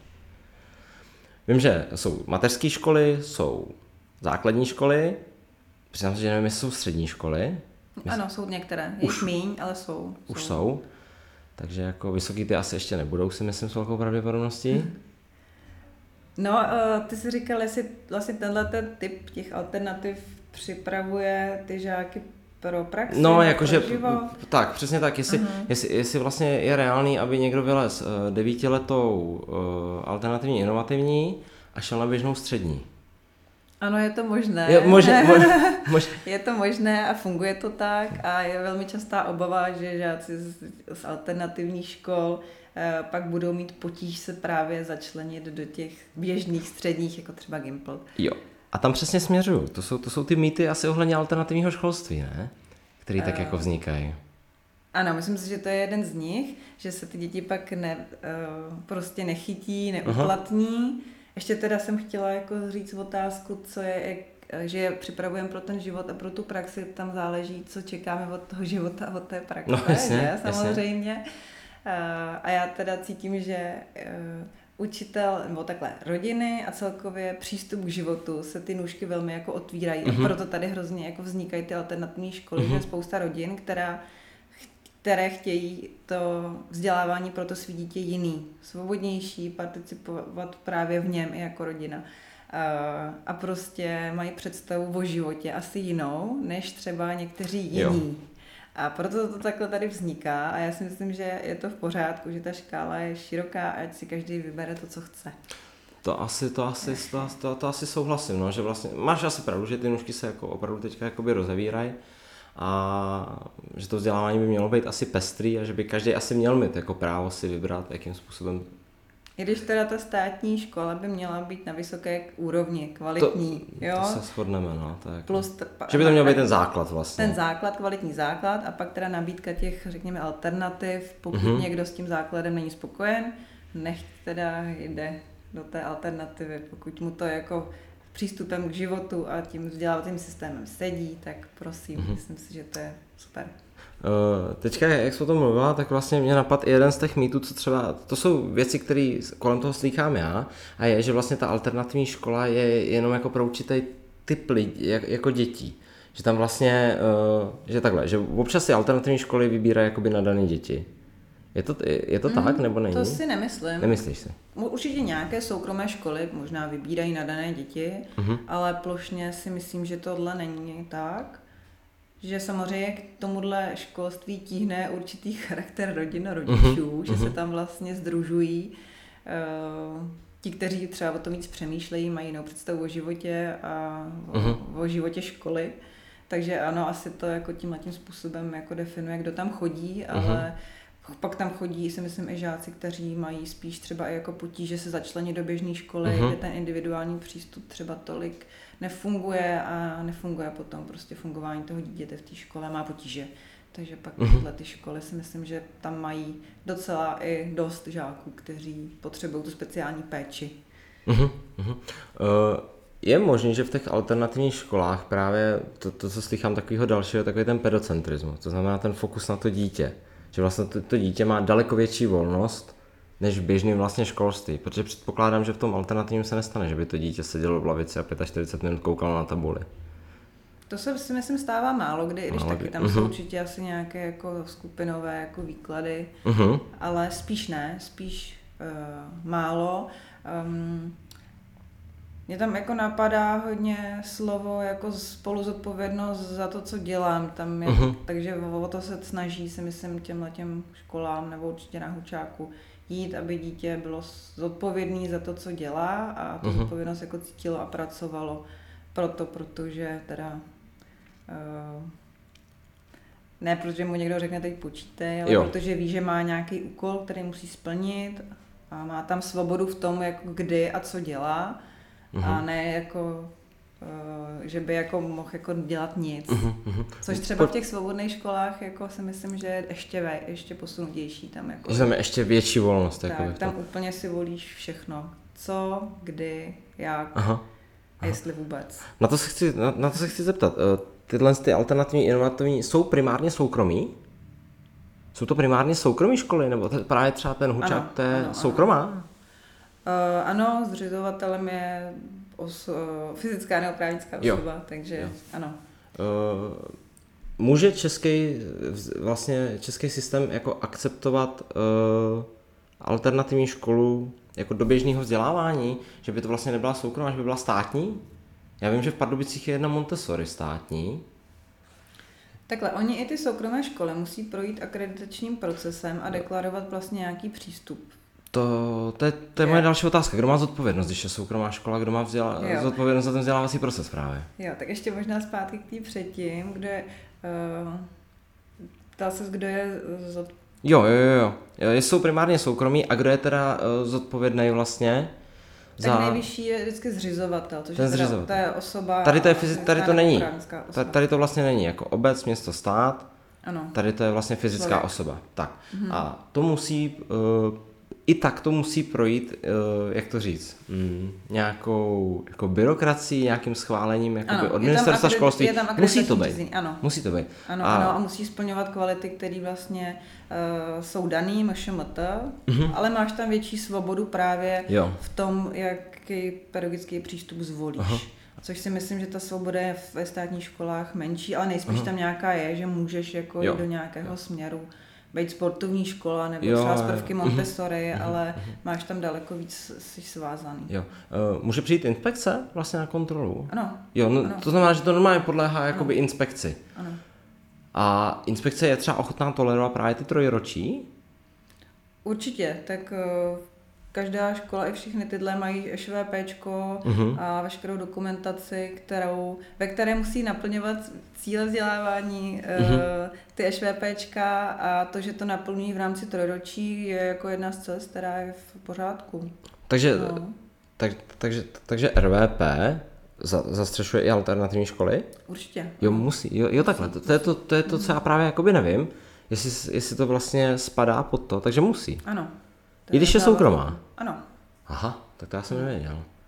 Speaker 1: Vím, že jsou mateřské školy, jsou základní školy, přiznám se, že nevím, jestli jsou střední školy.
Speaker 2: Myslím, ano, jsou některé, je jich míň, ale jsou.
Speaker 1: Už
Speaker 2: jsou.
Speaker 1: jsou. Takže jako vysoký ty asi ještě nebudou, si myslím, s velkou pravděpodobností.
Speaker 2: No, ty jsi říkal, jestli vlastně tenhle ten typ těch alternativ připravuje ty žáky pro praxi,
Speaker 1: no, jako
Speaker 2: pro
Speaker 1: že,
Speaker 2: život?
Speaker 1: Tak, přesně tak. Jestli, uh-huh. jestli, jestli vlastně je reálný, aby někdo vylez devítiletou uh, alternativní inovativní a šel na běžnou střední.
Speaker 2: Ano, je to možné.
Speaker 1: Je, možné, možné, možné.
Speaker 2: je to možné a funguje to tak a je velmi častá obava, že žáci z, z alternativních škol eh, pak budou mít potíž se právě začlenit do těch běžných středních, jako třeba Gimpl.
Speaker 1: Jo. A tam přesně směřuju. To jsou, to jsou ty mýty asi ohledně alternativního školství, ne? Který tak uh, jako vznikají.
Speaker 2: Ano, myslím si, že to je jeden z nich, že se ty děti pak ne, uh, prostě nechytí, neuplatní. Uh-huh. Ještě teda jsem chtěla jako říct otázku, co je, jak, že je připravujeme pro ten život a pro tu praxi, tam záleží, co čekáme od toho života a od té praxe,
Speaker 1: no, jasně,
Speaker 2: že? Samozřejmě. Jasně. A já teda cítím, že učitel, nebo takhle, rodiny a celkově přístup k životu se ty nůžky velmi jako otvírají. Mm-hmm. A proto tady hrozně jako vznikají ty alternativní školy, mm-hmm. že je spousta rodin, která které chtějí to vzdělávání pro to svý dítě jiný, svobodnější, participovat právě v něm i jako rodina. A prostě mají představu o životě asi jinou, než třeba někteří jiní. Jo. A proto to takhle tady vzniká a já si myslím, že je to v pořádku, že ta škála je široká a ať si každý vybere to, co chce.
Speaker 1: To asi, to asi, to, to, to asi souhlasím, no, že vlastně máš asi pravdu, že ty nůžky se jako opravdu teďka jakoby rozevírají. A že to vzdělávání by mělo být asi pestrý a že by každý asi měl mít jako právo si vybrat, jakým způsobem.
Speaker 2: I když teda ta státní škola by měla být na vysoké úrovni, kvalitní.
Speaker 1: To,
Speaker 2: jo?
Speaker 1: to se shodneme, no. Tak.
Speaker 2: Plus t-
Speaker 1: že by to měl být ten základ vlastně.
Speaker 2: Ten základ, kvalitní základ a pak teda nabídka těch, řekněme, alternativ, pokud mm-hmm. někdo s tím základem není spokojen, nechť teda jde do té alternativy, pokud mu to jako přístupem k životu a tím vzdělávacím systémem sedí, tak prosím, mm-hmm. myslím si, že to je super.
Speaker 1: Uh, teďka, jak jsi o tom mluvila, tak vlastně mě napadl i jeden z těch mýtů, co třeba, to jsou věci, které kolem toho slýchám já, a je, že vlastně ta alternativní škola je jenom jako pro určitý typ lidí, jak, jako dětí. Že tam vlastně, uh, že takhle, že občas si alternativní školy vybírají jakoby nadané děti. Je to, je to mm, tak, nebo není?
Speaker 2: To si nemyslím.
Speaker 1: Nemyslíš si?
Speaker 2: Určitě nějaké soukromé školy možná vybírají nadané děti, mm-hmm. ale plošně si myslím, že tohle není tak. Že samozřejmě k tomuhle školství tíhne určitý charakter rodin a rodičů, mm-hmm. že se tam vlastně sdružují uh, ti, kteří třeba o tom víc přemýšlejí, mají jinou představu o životě a mm-hmm. o, o životě školy. Takže ano, asi to jako tímhletím způsobem jako definuje, kdo tam chodí, mm-hmm. ale pak tam chodí, si myslím, i žáci, kteří mají spíš třeba i jako potíže se začlenit do běžné školy, mm-hmm. kde ten individuální přístup třeba tolik nefunguje a nefunguje potom prostě fungování toho dítěte v té škole, má potíže. Takže pak mm-hmm. tyhle ty školy si myslím, že tam mají docela i dost žáků, kteří potřebují tu speciální péči.
Speaker 1: Mm-hmm. Uh, je možné, že v těch alternativních školách právě to, to co slychám takového dalšího, takový ten pedocentrismus, to znamená ten fokus na to dítě. Že vlastně to, to dítě má daleko větší volnost než v běžném vlastně školství, protože předpokládám, že v tom alternativním se nestane, že by to dítě sedělo v lavici a čtyřicet pět minut koukalo na tabuli.
Speaker 2: To se si myslím stává málo kdy, i když málo taky kdy. Tam uh-huh. jsou určitě asi nějaké jako skupinové jako výklady, uh-huh. ale spíš ne, spíš uh, málo. Um, Mě tam jako napadá hodně slovo jako spoluzodpovědnost za to, co dělám. Tam je, uh-huh. Takže o to se snaží, si myslím, těmhletěm školám nebo určitě na Hučáku jít, aby dítě bylo zodpovědné za to, co dělá a tu uh-huh. zodpovědnost jako cítilo a pracovalo proto, protože teda uh, ne protože mu někdo řekne teď počítej, ale jo. protože ví, že má nějaký úkol, který musí splnit a má tam svobodu v tom, jako kdy a co dělá. Uh-huh. A ne jako, uh, že by jako mohl jako dělat nic. Uh-huh. Což třeba v těch svobodných školách jako si myslím, že je ještě, ve, ještě posunutější tam. Jako,
Speaker 1: že tam je ještě větší volnost.
Speaker 2: Tak,
Speaker 1: jako
Speaker 2: tam to. Úplně si volíš všechno. Co, kdy, jak Aha. a jestli vůbec.
Speaker 1: Na to se chci, na, na to se chci zeptat. Tyhle ty alternativní, inovativní jsou primárně soukromí? Jsou to primárně soukromí školy? Nebo to, právě třeba ten Hučák, to je soukromá? Ano.
Speaker 2: Uh, ano, zřizovatelem je os, uh, fyzická nebo právnická osoba, jo. takže jo. ano.
Speaker 1: Uh, může český, vlastně český systém jako akceptovat uh, alternativní školu jako do běžného vzdělávání, že by to vlastně nebyla soukromá, že by byla státní? Já vím, že v Pardubicích je jedna Montessori státní.
Speaker 2: Takhle, oni i ty soukromé školy musí projít akreditačním procesem a deklarovat vlastně nějaký přístup.
Speaker 1: To, to, je, to je moje další otázka. Kdo má zodpovědnost, když je soukromá škola, kdo má vzděla, zodpovědnost za ten vzdělávací proces právě?
Speaker 2: Jo, tak ještě možná zpátky k té předtím, kde uh, ptal ses, kdo je zodpovědný.
Speaker 1: Jo, jo, jo, jo. Jsou primárně soukromí a kdo je teda uh, zodpovědný vlastně?
Speaker 2: Tak za... nejvyšší je vždycky zřizovatel, což je teda, to je osoba.
Speaker 1: Tady to, je fyzi- tady to není. Tady to vlastně není jako obec, město, stát.
Speaker 2: Ano.
Speaker 1: Tady to je vlastně fyzická Člověk. osoba. Tak. Mhm. A to musí uh, i tak to musí projít, uh, jak to říct, mm, nějakou jako byrokracii, nějakým schválením jakoby, od ministerstva školství. Musí to být.
Speaker 2: Ano.
Speaker 1: Musí to být.
Speaker 2: Ano, a... ano, a musí splňovat kvality, které vlastně uh, jsou daný M Š M T, mm-hmm. ale máš tam větší svobodu právě jo. v tom, jaký pedagogický přístup zvolíš. Aha. Což si myslím, že ta svoboda je ve státních školách menší, ale nejspíš Aha. tam nějaká je, že můžeš jako jít do nějakého jo. směru. Být sportovní škola nebo jo, třeba z prvky Montessori, uh-huh, ale uh-huh. máš tam daleko víc, jsi svázaný.
Speaker 1: Jo. Uh, může přijít inspekce vlastně na kontrolu?
Speaker 2: Ano.
Speaker 1: Jo, no,
Speaker 2: ano.
Speaker 1: To znamená, že to normálně podléhá jakoby ano. inspekci.
Speaker 2: Ano.
Speaker 1: A inspekce je třeba ochotná tolerovat právě ty trojročí?
Speaker 2: Určitě, tak uh, každá škola i všechny tyhle mají ŠVPčko uh-huh. a veškerou dokumentaci, kterou, ve které musí naplňovat cíle vzdělávání, uh-huh. ty ŠVPčka a to, že to naplňují v rámci trojročí, je jako jedna z cest, která je v pořádku.
Speaker 1: Takže, no. tak, takže, takže R V P za, zastřešuje i alternativní školy?
Speaker 2: Určitě.
Speaker 1: Jo, musí. Jo, jo takhle. To, to, je to, to je to, co já právě jakoby nevím, jestli, jestli to vlastně spadá pod to, takže musí.
Speaker 2: Ano.
Speaker 1: I když je soukromá?
Speaker 2: Ano.
Speaker 1: Aha, tak to já jsem nevěděl.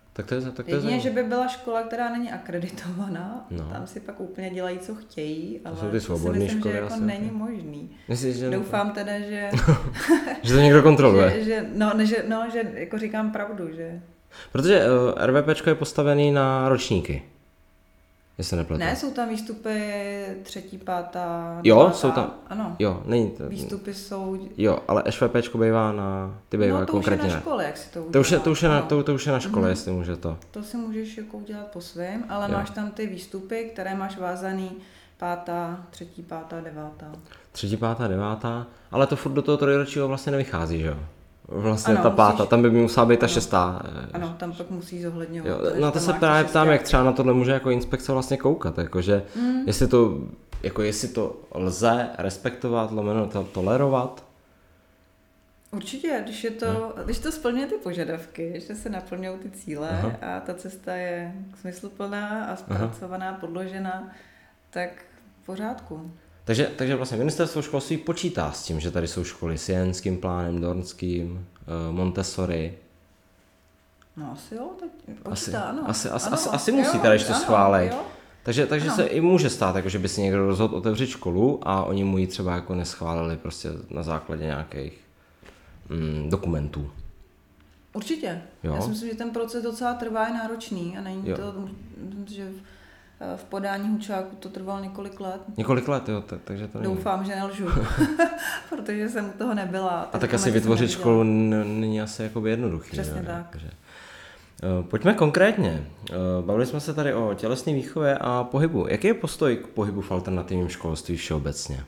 Speaker 1: Tak to je, tak to je
Speaker 2: Jedině, že by byla škola, která není akreditovaná,
Speaker 1: no.
Speaker 2: Tam si pak úplně dělají, co chtějí, ale
Speaker 1: to jsou ty svobodné
Speaker 2: školy,
Speaker 1: školy
Speaker 2: že jako
Speaker 1: asi.
Speaker 2: není možný.
Speaker 1: Myslíš, že...
Speaker 2: Doufám teda, že...
Speaker 1: že to někdo kontroluje.
Speaker 2: že, že, no, ne, že, no, že jako říkám pravdu, že...
Speaker 1: Protože uh, RVPčko je postavený na ročníky. Jestli nepletu.
Speaker 2: Ne, jsou tam výstupy třetí, pátá,
Speaker 1: Jo,
Speaker 2: devátá.
Speaker 1: jsou tam.
Speaker 2: Ano.
Speaker 1: Jo, není to.
Speaker 2: Výstupy jsou...
Speaker 1: Jo, ale ŠVPčko bývá na... Ty bývá
Speaker 2: no, to
Speaker 1: konkrétně.
Speaker 2: už je na škole, jak si to udělá.
Speaker 1: To už je, to už je, na,
Speaker 2: ano.
Speaker 1: to, to už je na škole,
Speaker 2: Mhm.
Speaker 1: jestli může to.
Speaker 2: To si můžeš jako udělat po svém, ale
Speaker 1: Jo.
Speaker 2: máš tam ty výstupy, které máš vázaný pátá, třetí, pátá, devátá.
Speaker 1: Třetí, pátá, devátá, ale to furt do toho trojročního vlastně nevychází, že jo? Vlastně
Speaker 2: Ano,
Speaker 1: ta pátá,
Speaker 2: musíš-
Speaker 1: tam by musela být ta
Speaker 2: ano.
Speaker 1: šestá.
Speaker 2: Ano, tam pak musí zohledňovat.
Speaker 1: Jo,
Speaker 2: že
Speaker 1: na to
Speaker 2: tam
Speaker 1: se
Speaker 2: máš
Speaker 1: právě
Speaker 2: ty
Speaker 1: ptám, jak
Speaker 2: šestáky.
Speaker 1: třeba na tohle může jako inspekce vlastně koukat, jakože
Speaker 2: Mm.
Speaker 1: jestli to, jako jestli to lze respektovat, lomeno to tolerovat.
Speaker 2: Určitě, když, je to, když to splňuje ty požadavky, že se naplňují ty cíle
Speaker 1: Aha.
Speaker 2: a ta cesta je smysluplná a zpracovaná, podložená, tak v pořádku.
Speaker 1: Takže, takže vlastně ministerstvo školství počítá s tím, že tady jsou školy s jenským plánem, dornským, eh, Montessori.
Speaker 2: No asi jo, tak počítá,
Speaker 1: Asi,
Speaker 2: ano.
Speaker 1: asi, asi,
Speaker 2: ano,
Speaker 1: asi, asi musí
Speaker 2: jo,
Speaker 1: teda, když to
Speaker 2: ano,
Speaker 1: schválej.
Speaker 2: jo.
Speaker 1: Takže, takže
Speaker 2: Ano.
Speaker 1: se i může stát, jako, že by si někdo rozhodl otevřít školu a oni mu ji třeba jako neschválili prostě na základě nějakých mm, dokumentů.
Speaker 2: Určitě.
Speaker 1: Jo.
Speaker 2: Já si myslím, že ten proces docela trvá, je náročný a není
Speaker 1: Jo.
Speaker 2: to, že v, v podání hučáku to trvalo několik let.
Speaker 1: Několik let, jo, tak, takže to není.
Speaker 2: Doufám, že nelžu, protože jsem u toho nebyla.
Speaker 1: A tak asi vytvořit školu n- není asi jakoby jednoduchý.
Speaker 2: Přesně
Speaker 1: že?
Speaker 2: tak.
Speaker 1: Takže, uh, pojďme konkrétně. Uh, bavili jsme se tady o tělesné výchově a pohybu. Jaký je postoj k pohybu v alternativním školství všeobecně?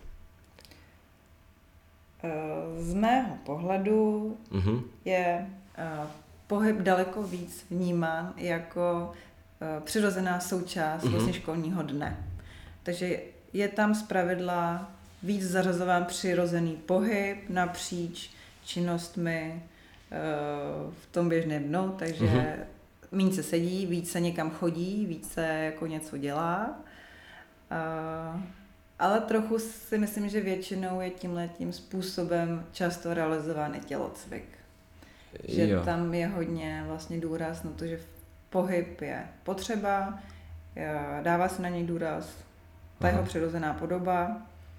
Speaker 2: Z mého pohledu
Speaker 1: Uh-huh.
Speaker 2: je uh, pohyb daleko víc vnímán jako uh, přirozená součást
Speaker 1: Mhm.
Speaker 2: vlastně školního dne. Takže je tam zpravidla víc zařazován přirozený pohyb napříč činnostmi uh, v tom běžném dnu, takže
Speaker 1: Mhm.
Speaker 2: méně se sedí, víc se někam chodí, víc se jako něco dělá. Uh, ale trochu si myslím, že většinou je tímhletím způsobem často realizován i tělocvik. Že
Speaker 1: Jo.
Speaker 2: tam je hodně vlastně důraz na to, že pohyb je potřeba, je- dává se na něj důraz, ta
Speaker 1: Aha.
Speaker 2: jeho přirozená podoba.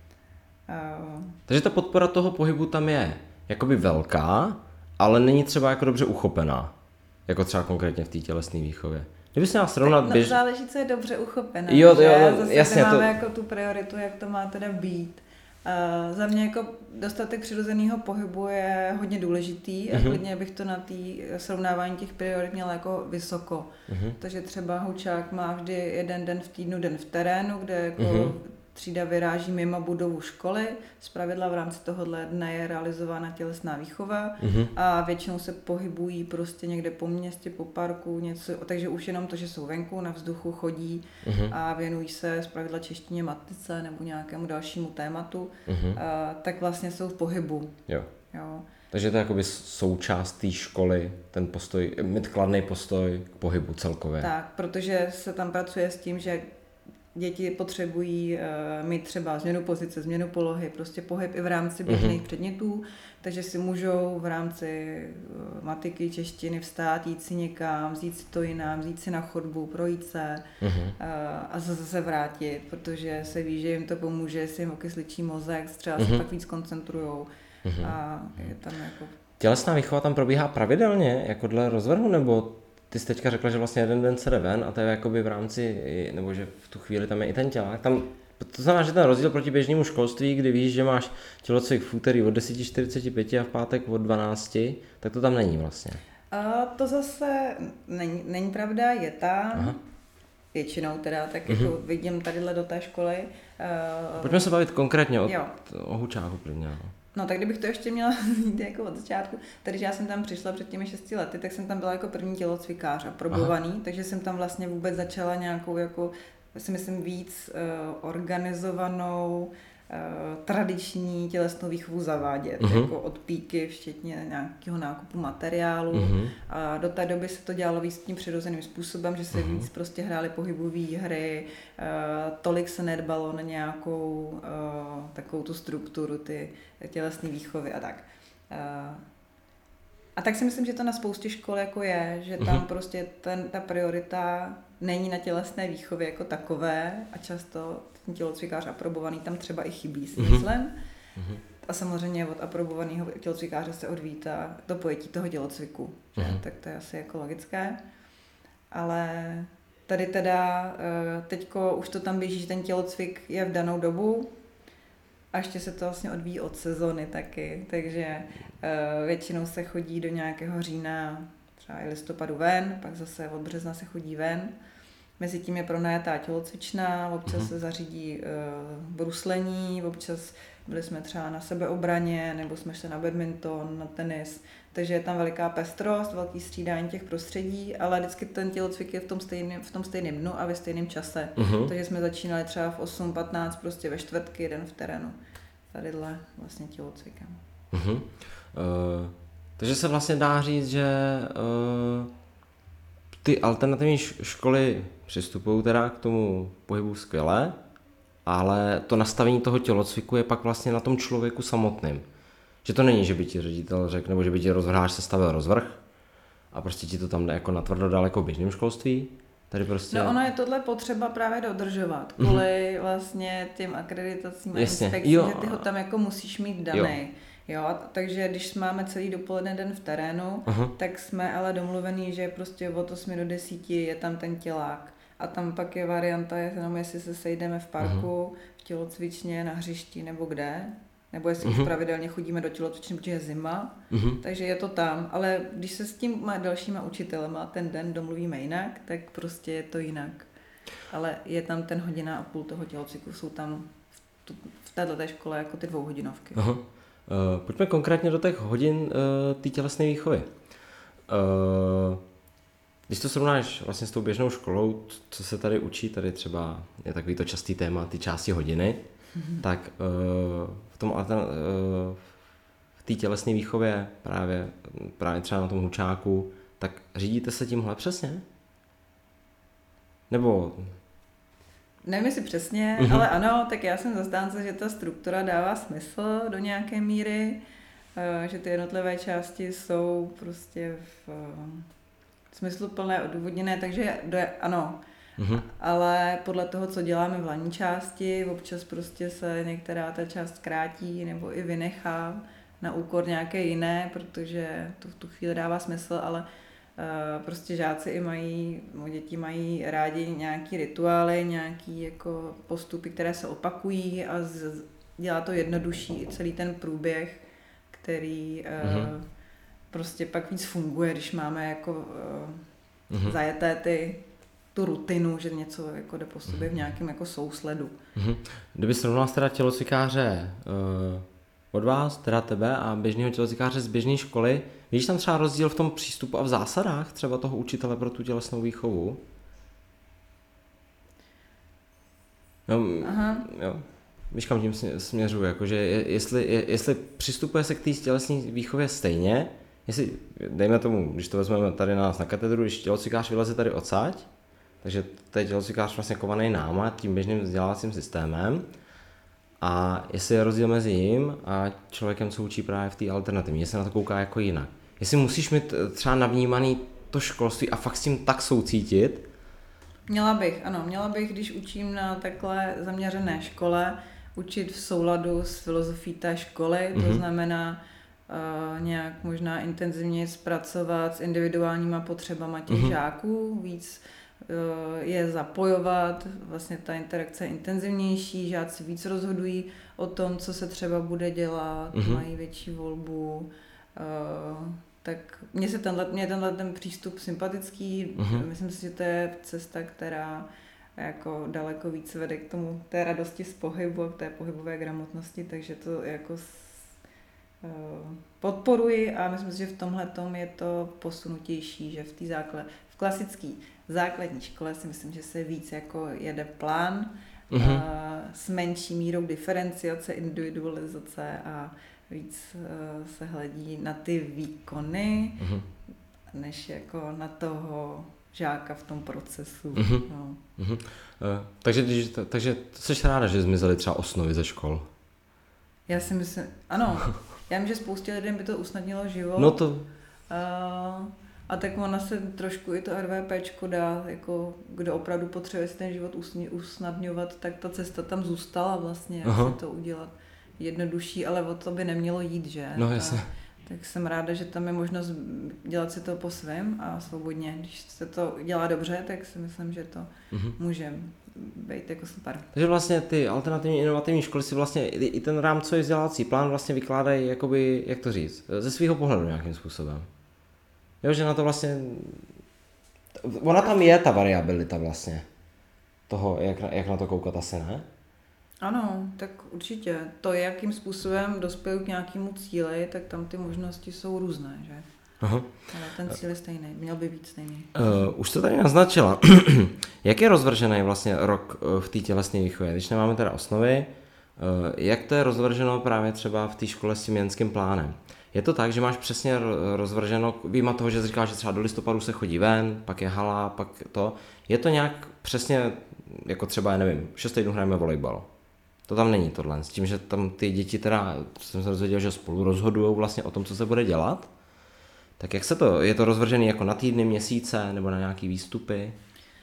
Speaker 2: eh,
Speaker 1: Takže ta podpora toho pohybu tam je jakoby velká, ale není třeba jako dobře uchopená. Jako třeba konkrétně v té tělesné výchově. Kdyby se měla srovnat
Speaker 2: No,
Speaker 1: běž...
Speaker 2: záleží, co je dobře uchopené.
Speaker 1: Jo,
Speaker 2: že?
Speaker 1: jo,
Speaker 2: Zase
Speaker 1: jasně,
Speaker 2: máme
Speaker 1: to-
Speaker 2: jako tu prioritu, jak to má teda být. Uh, za mě jako dostatek přirozeného pohybu je hodně důležitý a
Speaker 1: Mhm.
Speaker 2: klidně bych to na té srovnávání těch priorit měla jako vysoko.
Speaker 1: Mhm.
Speaker 2: Takže třeba Hučák má vždy jeden den v týdnu den v terénu, kde jako
Speaker 1: Mhm.
Speaker 2: třída vyráží mimo budovu školy. Zpravidla v rámci tohohle dne je realizována tělesná výchova
Speaker 1: Mhm.
Speaker 2: a většinou se pohybují prostě někde po městě, po parku, něco, takže už jenom to, že jsou venku, na vzduchu, chodí
Speaker 1: Mhm.
Speaker 2: a věnují se zpravidla češtině, matice nebo nějakému dalšímu tématu,
Speaker 1: Mhm.
Speaker 2: a, tak vlastně jsou v pohybu.
Speaker 1: Jo.
Speaker 2: Jo.
Speaker 1: Takže to je jakoby součást té školy, ten postoj, mít kladný postoj k pohybu celkově.
Speaker 2: Tak, protože se tam pracuje s tím, že děti potřebují uh, mít třeba změnu pozice, změnu polohy, prostě pohyb i v rámci běžných
Speaker 1: Mhm.
Speaker 2: předmětů, takže si můžou v rámci uh, matiky, češtiny vstát, jít si někam, vzít si to jinam, vzít si na chodbu, projít se
Speaker 1: Mhm.
Speaker 2: uh, a zase se vrátit, protože se ví, že jim to pomůže, si jim okysličí mozek, třeba se
Speaker 1: Mhm.
Speaker 2: pak víc koncentrujou
Speaker 1: Mhm.
Speaker 2: a je tam jako...
Speaker 1: Tělesná výchova tam probíhá pravidelně, jako dle rozvrhu, nebo ty jsi teďka řekla, že vlastně jeden den se jde ven a to je jakoby v rámci, nebo že v tu chvíli tam je i ten tělák. Tam, to znamená, že ten rozdíl proti běžnému školství, kdy víš, že máš tělocvik v úterý od deset čtyřicet pět a v pátek od dvanácti, tak to tam není vlastně.
Speaker 2: A to zase není, není pravda, je tam,
Speaker 1: Aha.
Speaker 2: většinou teda, tak
Speaker 1: Mhm.
Speaker 2: jako vidím tadyhle do té školy. Uh,
Speaker 1: Pojďme se bavit konkrétně o,
Speaker 2: Jo.
Speaker 1: o Hučáku klidně. no.
Speaker 2: No tak kdybych to ještě měla mít jako od začátku, tady, že já jsem tam přišla před těmi šesti lety, tak jsem tam byla jako první tělocvikář a probovaný, Aha. takže jsem tam vlastně vůbec začala nějakou jako, si myslím, víc uh, organizovanou, uh, tradiční tělesnou výchovu zavádět,
Speaker 1: Mhm.
Speaker 2: jako od píky, včetně nějakého nákupu materiálu.
Speaker 1: Mhm.
Speaker 2: A do té doby se to dělalo víc tím přirozeným způsobem, že se
Speaker 1: Mhm.
Speaker 2: víc prostě hrály pohybové hry, uh, tolik se nedbalo na nějakou uh, takovou tu strukturu, ty tělesné výchovy a tak. Uh, A tak si myslím, že to na spoustě škol jako je, že tam uh-huh. prostě ten, ta priorita není na tělesné výchově jako takové a často ten tělocvikář aprobovaný tam třeba i chybí, si uh-huh. myslím. Uh-huh. A samozřejmě od aprobovaného tělocvikáře se odvítá to pojetí toho tělocviku, uh-huh. tak to je asi jako logické. Ale tady teda teďko už to tam běží, že ten tělocvik je v danou dobu a ještě se to vlastně odvíjí od sezony taky, takže většinou se chodí do nějakého října, třeba i listopadu ven, pak zase od března se chodí ven. Mezitím je pronajatá tělocvična, občas uh-huh. se zařídí uh, bruslení, občas byli jsme třeba na sebeobraně, nebo jsme šli na badminton, na tenis, takže je tam veliká pestrost, velký střídání těch prostředí, ale vždycky ten tělocvik je v tom stejném, v tom stejném dnu a ve stejném čase. Uh-huh. Takže jsme začínali třeba v osm patnáct prostě ve čtvrtky, jeden v terénu. Tadyhle vlastně tělocvikem.
Speaker 1: Uh-huh. Uh, takže se vlastně dá říct, že uh, ty alternativní školy přistupují teda k tomu pohybu skvěle, ale to nastavení toho tělocviku je pak vlastně na tom člověku samotným. Že to není, že by ti ředitel řekl, nebo že by ti rozvrháč sestavil rozvrh a prostě ti to tam jako natvrdo dal jako v běžném školství. Tady prostě...
Speaker 2: No ono je tohle potřeba právě dodržovat, kvůli mm-hmm. vlastně těm akreditacím a inspekcím, že ty ho tam jako musíš mít danej. Jo. Jo, takže když máme celý dopoledne den v terénu, uh-huh. tak jsme ale domluvený, že prostě od osmi do desíti je tam ten tělák. A tam pak je varianta, jenom jestli se sejdeme v parku, uh-huh. v tělocvičně, na hřišti nebo kde, nebo jestli uh-huh. už pravidelně chodíme do tělocvičny, protože je zima, uh-huh. takže je to tam. Ale když se s tím dalšíma učitelema ten den domluvíme jinak, tak prostě je to jinak. Ale je tam ten hodina a půl toho tělocviku, jsou tam v, tu, v této škole jako ty dvouhodinovky.
Speaker 1: Uh-huh. Uh, pojďme konkrétně do těch hodin uh, té tělesné výchovy. Uh, když to srovnáš vlastně s tou běžnou školou, co se tady učí, tady třeba je takový to častý téma, ty části hodiny, mm-hmm. tak uh, v tom uh, v té tělesné výchově právě, právě třeba na tom hučáku, tak řídíte se tímhle přesně? Nebo...
Speaker 2: Nevím si přesně, mm-hmm. ale ano, tak já jsem zastánce, že ta struktura dává smysl do nějaké míry, že ty jednotlivé části jsou prostě v smysluplné, odůvodněné, takže je, ano, mm-hmm. ale podle toho, co děláme v hlavní části, občas prostě se některá ta část zkrátí nebo i vynechá na úkor nějaké jiné, protože to v tu chvíli dává smysl, ale prostě žáci i mají, děti mají rádi nějaký rituály, nějaký jako postupy, které se opakují a z, dělá to jednodušší i celý ten průběh, který mm-hmm. uh, prostě pak víc funguje, když máme jako uh, mm-hmm. zajeté ty, tu rutinu, že něco jako jde po sobě mm-hmm. v nějakém jako sousledu.
Speaker 1: Mm-hmm. Kdyby srovnal teda tělocvikáře uh... od vás, teda tebe a běžného tělocvikáře z běžné školy, vidíš tam třeba rozdíl v tom přístupu a v zásadách třeba toho učitele pro tu tělesnou výchovu? No, Aha. Jo. Víš, kam tím směřuji, jakože jestli, jestli přistupuje se k té tělesné výchově stejně, jestli, dejme tomu, když to vezmeme tady na nás na katedru, když tělocvikář vyleze tady odsaď, takže tady tělocvikář vlastně kovaný náma, tím běžným vzdělávacím systémem, a jestli je rozdíl mezi jim a člověkem, co učí právě v té alternativě, jestli na to kouká jako jinak. Jestli musíš mít třeba navnímaný to školství a fakt s tím tak soucítit.
Speaker 2: Měla bych, ano, měla bych, když učím na takhle zaměřené škole, učit v souladu s filozofií té školy, mm-hmm. to znamená uh, nějak možná intenzivně zpracovat s individuálníma potřebama těch mm-hmm. žáků, víc je zapojovat, vlastně ta interakce je intenzivnější, žáci víc rozhodují o tom, co se třeba bude dělat, mm-hmm. mají větší volbu, tak mně se tenhle, mně tenhle ten přístup sympatický, mm-hmm. myslím si, že to je cesta, která jako daleko víc vede k tomu té radosti z pohybu a k té pohybové gramotnosti, takže to jako podporuji a myslím si, že v tomhletom je to posunutější, že v té základ, v klasické základní škole si myslím, že se víc jako jede plán mm-hmm. a s menší mírou diferenciace, individualizace a víc uh, se hledí na ty výkony, mm-hmm. než jako na toho žáka v tom procesu.
Speaker 1: Mm-hmm.
Speaker 2: No.
Speaker 1: Mm-hmm. Uh, takže, když, takže jsi ráda, že zmizely třeba osnovy ze škol?
Speaker 2: Já si myslím, ano, já vím, že spoustě lidem by to usnadnilo život.
Speaker 1: No to...
Speaker 2: Uh, a tak ona se trošku i to RVPčko dá, jako kdo opravdu potřebuje si ten život usni, usnadňovat, tak ta cesta tam zůstala vlastně, jak
Speaker 1: Aha.
Speaker 2: si to udělat jednodušší, ale o to by nemělo jít, že?
Speaker 1: No jasně.
Speaker 2: A, tak jsem ráda, že tam je možnost dělat si to po svém a svobodně. Když se to dělá dobře, tak si myslím, že to mm-hmm. může být jako super.
Speaker 1: Takže vlastně ty alternativní inovativní školy si vlastně i, i ten rámcový vzdělávací plán vlastně vykládají, jakoby, jak to říct, ze svého pohledu nějakým způsobem. Jo, že na to vlastně, ona tam je ta variabilita vlastně toho, jak, jak na to koukat asi, ne?
Speaker 2: Ano, tak určitě. To, jakým způsobem dospěju k nějakému cíli, tak tam ty možnosti jsou různé, že?
Speaker 1: Aha.
Speaker 2: Ale ten cíl je stejný, měl by být stejný.
Speaker 1: Uh, už to tady naznačila. Jak je rozvržený vlastně rok v té tělesné výchově? Když nemáme teda osnovy, uh, jak to je rozvrženo právě třeba v té škole s tím jenským plánem? Je to tak, že máš přesně rozvrženo, výjima toho, že jsi říkal, že třeba do listopadu se chodí ven, pak je hala, pak to. Je to nějak přesně, jako třeba, já nevím, šest týdnů hrajeme volejbal. To tam není tohle, s tím, že tam ty děti teda, jsem se dozvěděl, že spolu rozhodují vlastně o tom, co se bude dělat. Tak jak se to, je to rozvržený jako na týdny, měsíce nebo na nějaký výstupy?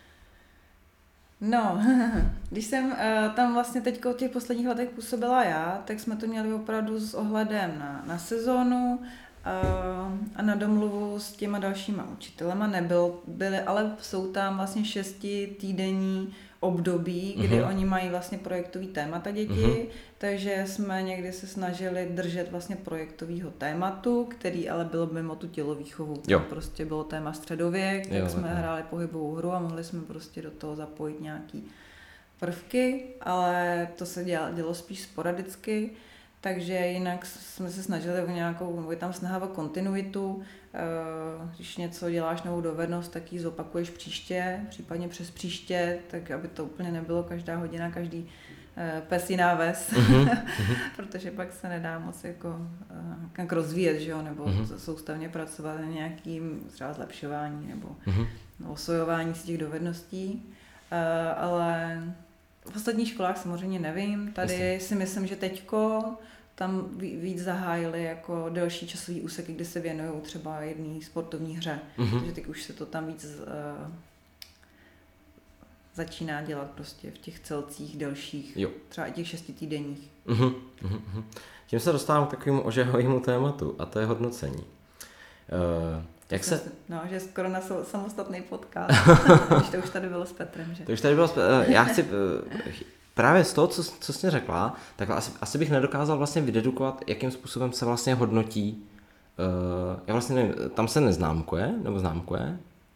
Speaker 2: No, když jsem uh, tam vlastně teď v těch posledních letech působila já, tak jsme to měli opravdu s ohledem na, na sezónu uh, a na domluvu s těma dalšíma učitelema. Nebyl, byly, ale jsou tam vlastně šesti týdenní období, kdy uh-huh. oni mají vlastně projektový témata děti, uh-huh. takže jsme někdy se snažili držet vlastně projektového tématu, který ale bylo mimo tu tělovýchovu.
Speaker 1: Jo.
Speaker 2: Prostě bylo téma středověk, tak
Speaker 1: jo,
Speaker 2: jsme
Speaker 1: jo.
Speaker 2: hráli pohybovou hru a mohli jsme prostě do toho zapojit nějaký prvky, ale to se dělo, dělo spíš sporadicky, takže jinak jsme se snažili o nějakou, je tam snaha o kontinuitu, když něco děláš novou dovednost, tak ji zopakuješ příště, případně přes příště, tak aby to úplně nebylo každá hodina, každý pes jiná ves, mm-hmm. protože pak se nedá moc jako jak rozvíjet, že jo? Nebo mm-hmm. soustavně pracovat na nějakým třeba zlepšování nebo mm-hmm. osvojování si těch dovedností, ale v ostatních školách samozřejmě nevím, tady Jasně. si myslím, že teďko tam víc zahájili jako delší časový úseky, kdy se věnují třeba jedné sportovní hře. Mm-hmm. Takže teď už se to tam víc uh, začíná dělat prostě v těch celcích delších, jo. třeba i těch šestitýdenních.
Speaker 1: Mm-hmm. Mm-hmm. Tím se dostávám k takovému ožehavému tématu a to je hodnocení. Uh, jak se...
Speaker 2: No, že skoro na samostatný podcast, když to už tady bylo s Petrem, že?
Speaker 1: To už tady bylo s Petrem. Já chci... Právě z toho, co, co jsi řekla, tak asi, asi bych nedokázal vlastně vydedukovat, jakým způsobem se vlastně hodnotí. Uh, já vlastně nevím, tam se neznámkuje, nebo známkuje?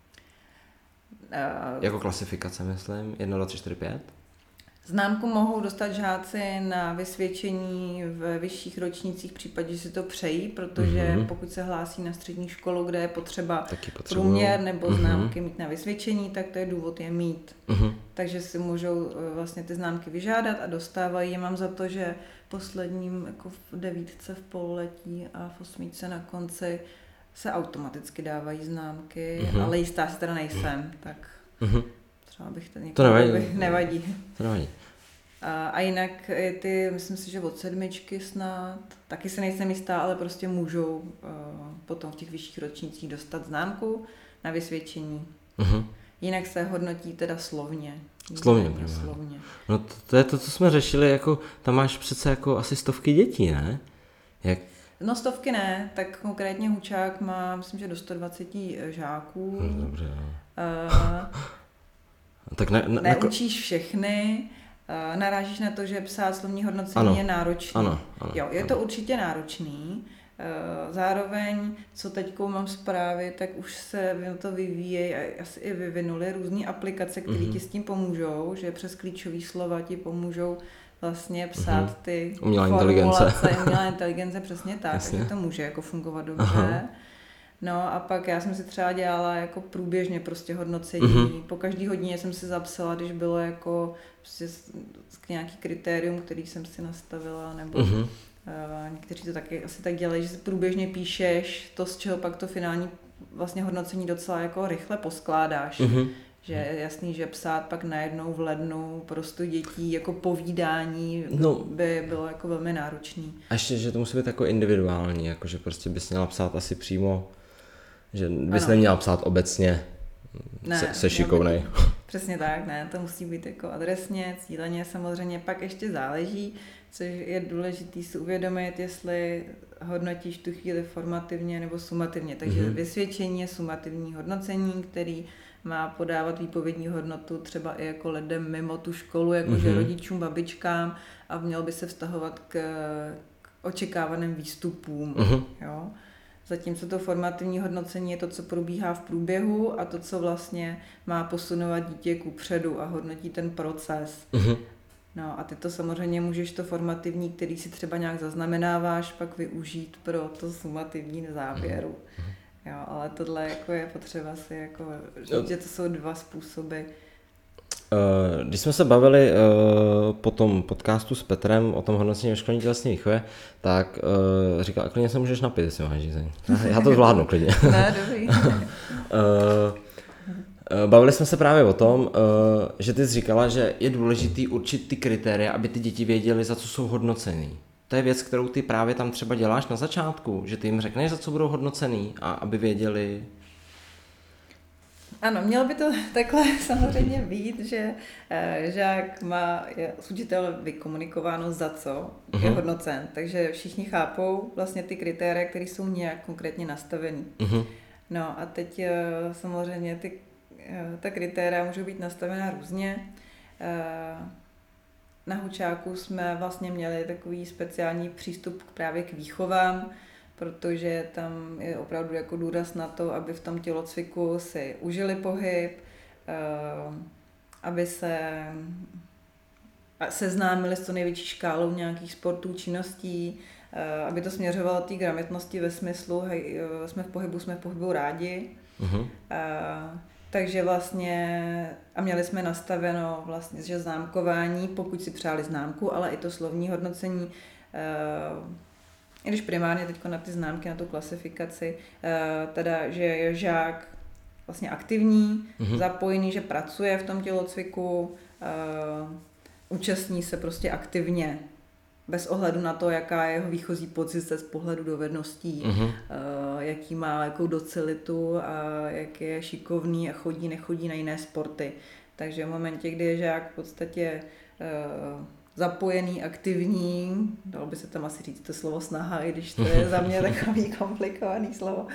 Speaker 1: Uh, jako klasifikace, myslím. jedna, dva, tři, čtyři, pět?
Speaker 2: Známku mohou dostat žáci na vysvědčení v vyšších ročnících v případě, že si to přejí, protože mm-hmm. pokud se hlásí na střední školu, kde je potřeba průměr nebo mm-hmm. známky mít na vysvědčení, tak to je důvod je mít. Mm-hmm. Takže si můžou vlastně ty známky vyžádat a dostávají. Mám za to, že posledním jako v devítce v pololetí a v osmičce na konci se automaticky dávají známky, mm-hmm. ale jistá si teda nejsem, tak... Mm-hmm. Třeba bych to někoho...
Speaker 1: To nevadí.
Speaker 2: Bych, nevadí.
Speaker 1: To nevadí.
Speaker 2: A, a jinak ty, myslím si, že od sedmičky snad, taky se nejsem jistá, ale prostě můžou uh, potom v těch vyšších ročnících dostat známku na vysvědčení. Uh-huh. Jinak se hodnotí teda slovně.
Speaker 1: Slovně,
Speaker 2: slovně.
Speaker 1: No to, to je to, co jsme řešili, jako tam máš přece jako asi stovky dětí, ne? Jak...
Speaker 2: No stovky ne, tak konkrétně Hučák má, myslím, že do sto dvacet žáků.
Speaker 1: No, dobře, no.
Speaker 2: Uh,
Speaker 1: Tak ne, ne,
Speaker 2: Neučíš všechny, uh, narážíš na to, že psát slovní hodnocení ano, je náročný.
Speaker 1: Ano, ano,
Speaker 2: jo, je
Speaker 1: ano.
Speaker 2: to určitě náročný. Uh, zároveň, co teďkou mám zprávy, tak už se to vyvíjí a asi i vyvinuly různé aplikace, které mm-hmm. ti s tím pomůžou, že přes klíčové slova ti pomůžou vlastně psát mm-hmm. ty
Speaker 1: umělá inteligence.
Speaker 2: Umělá inteligence, přesně tak,
Speaker 1: Jasně.
Speaker 2: takže to může jako fungovat dobře. Aha. No a pak já jsem si třeba dělala jako průběžně prostě hodnocení. Mm-hmm. Po každý hodině jsem si zapsala, když bylo jako prostě nějaký kritérium, který jsem si nastavila, nebo mm-hmm. uh, někteří to taky asi tak dělají, že si průběžně píšeš to, z čeho pak to finální vlastně hodnocení docela jako rychle poskládáš. Mm-hmm. Že je jasný, že psát pak najednou v lednu prostě dětí jako povídání no, by bylo jako velmi náročný.
Speaker 1: A ještě, že to musí být jako individuální, jako že prostě bys měla psát asi přímo Že bys
Speaker 2: Ano.
Speaker 1: neměla psát obecně
Speaker 2: Ne,
Speaker 1: se, se šikovnej.
Speaker 2: Přesně tak, ne, to musí být jako adresně, cíleně, samozřejmě pak ještě záleží, což je důležité si uvědomit, jestli hodnotíš tu chvíli formativně nebo sumativně. Takže
Speaker 1: Mhm.
Speaker 2: vysvědčení je sumativní hodnocení, který má podávat výpovědní hodnotu třeba i jako lidem mimo tu školu, jakože
Speaker 1: Mhm.
Speaker 2: rodičům, babičkám a měl by se vztahovat k, k očekávaným výstupům.
Speaker 1: Mhm.
Speaker 2: Jo? Zatímco to formativní hodnocení je to, co probíhá v průběhu a to, co vlastně má posunovat dítě kupředu a hodnotí ten proces.
Speaker 1: Mhm.
Speaker 2: No a ty to samozřejmě můžeš to formativní, který si třeba nějak zaznamenáváš, pak využít pro to sumativní závěru. Jo, ale tohle jako je potřeba si jako říct, že to jsou dva způsoby.
Speaker 1: Když jsme se bavili po tom podcastu s Petrem o tom hodnocení ve školní tělesné výchově, tak říkal, klidně se můžeš napít, jestli máš žízeň. Já to zvládnu klidně.
Speaker 2: Ne, dobrý.
Speaker 1: Bavili jsme se právě o tom, že ty jsi říkala, že je důležitý určit ty kritéria, aby ty děti věděly, za co jsou hodnocený. To je věc, kterou ty právě tam třeba děláš na začátku, že ty jim řekneš, za co budou hodnocený a aby věděli.
Speaker 2: Ano, mělo by to takhle samozřejmě být, že žák má je, s učitelem vykomunikováno, za co je
Speaker 1: uh-huh.
Speaker 2: hodnocen. Takže všichni chápou vlastně ty kritéria, které jsou nějak konkrétně nastavený.
Speaker 1: Uh-huh.
Speaker 2: No a teď samozřejmě ty, ta kritéria můžou být nastavena různě. Na Hučáku jsme vlastně měli takový speciální přístup právě k výchovám, protože tam je opravdu jako důraz na to, aby v tom tělocviku si užili pohyb, aby se seznámili s to největší škálou nějakých sportů, činností, aby to směřovalo té gramotnosti ve smyslu, hej, jsme v pohybu, jsme v pohybu rádi. Uh-huh. Takže vlastně, a měli jsme nastaveno vlastně, že známkování, pokud si přáli známku, ale i to slovní hodnocení, i když primárně teď na ty známky, na tu klasifikaci, teda, že je žák vlastně aktivní, uh-huh. zapojený, že pracuje v tom tělocviku, účastní se prostě aktivně, bez ohledu na to, jaká je jeho výchozí pozice z pohledu dovedností, uh-huh. jaký má jakou docilitu a jak je šikovný a chodí, nechodí na jiné sporty. Takže v momentě, kdy je žák v podstatě zapojený, aktivní, dalo by se tam asi říct to slovo snaha, i když to je za mě takový komplikovaný slovo,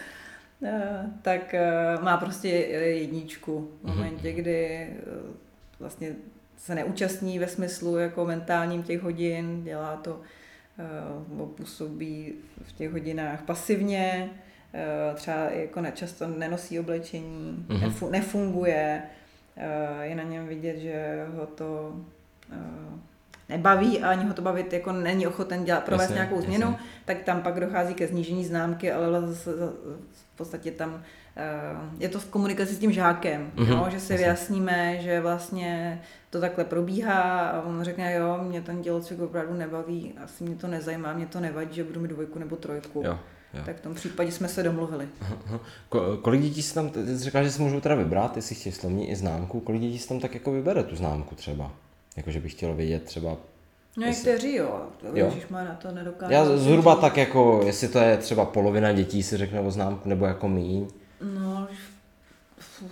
Speaker 2: tak má prostě jedničku. V momentě, kdy vlastně se neúčastní ve smyslu jako mentálním těch hodin, dělá to, působí v těch hodinách pasivně, třeba jako často nenosí oblečení, mm-hmm. nefunguje, je na něm vidět, že ho to nebaví a ani ho to bavit, jako není ochoten dělat, provést jasně, nějakou změnu, jasně. Tak tam pak dochází ke snížení známky, ale zase v podstatě tam je to v komunikaci s tím žákem, mm-hmm. no, že si vyjasníme, že vlastně to takhle probíhá a on řekne, jo, mě ten tělocvik opravdu nebaví, asi mě to nezajímá, mě to nevadí, že budu mít dvojku nebo trojku. Jo, jo. Tak v tom případě jsme se domluvili.
Speaker 1: Aha. Kolik dětí si tam, ty jsi říkal, že si můžou teda vybrat, jestli chtějí slovní i známku, kolik dětí si tam tak jako vybere tu známku třeba? Jakože bych chtěl vědět třeba...
Speaker 2: No někteří jo, ježišmar, na to nedokážu.
Speaker 1: Já zhruba tak jako, jestli to je třeba polovina dětí si řekne o známku, nebo jako míň.
Speaker 2: No, fuh.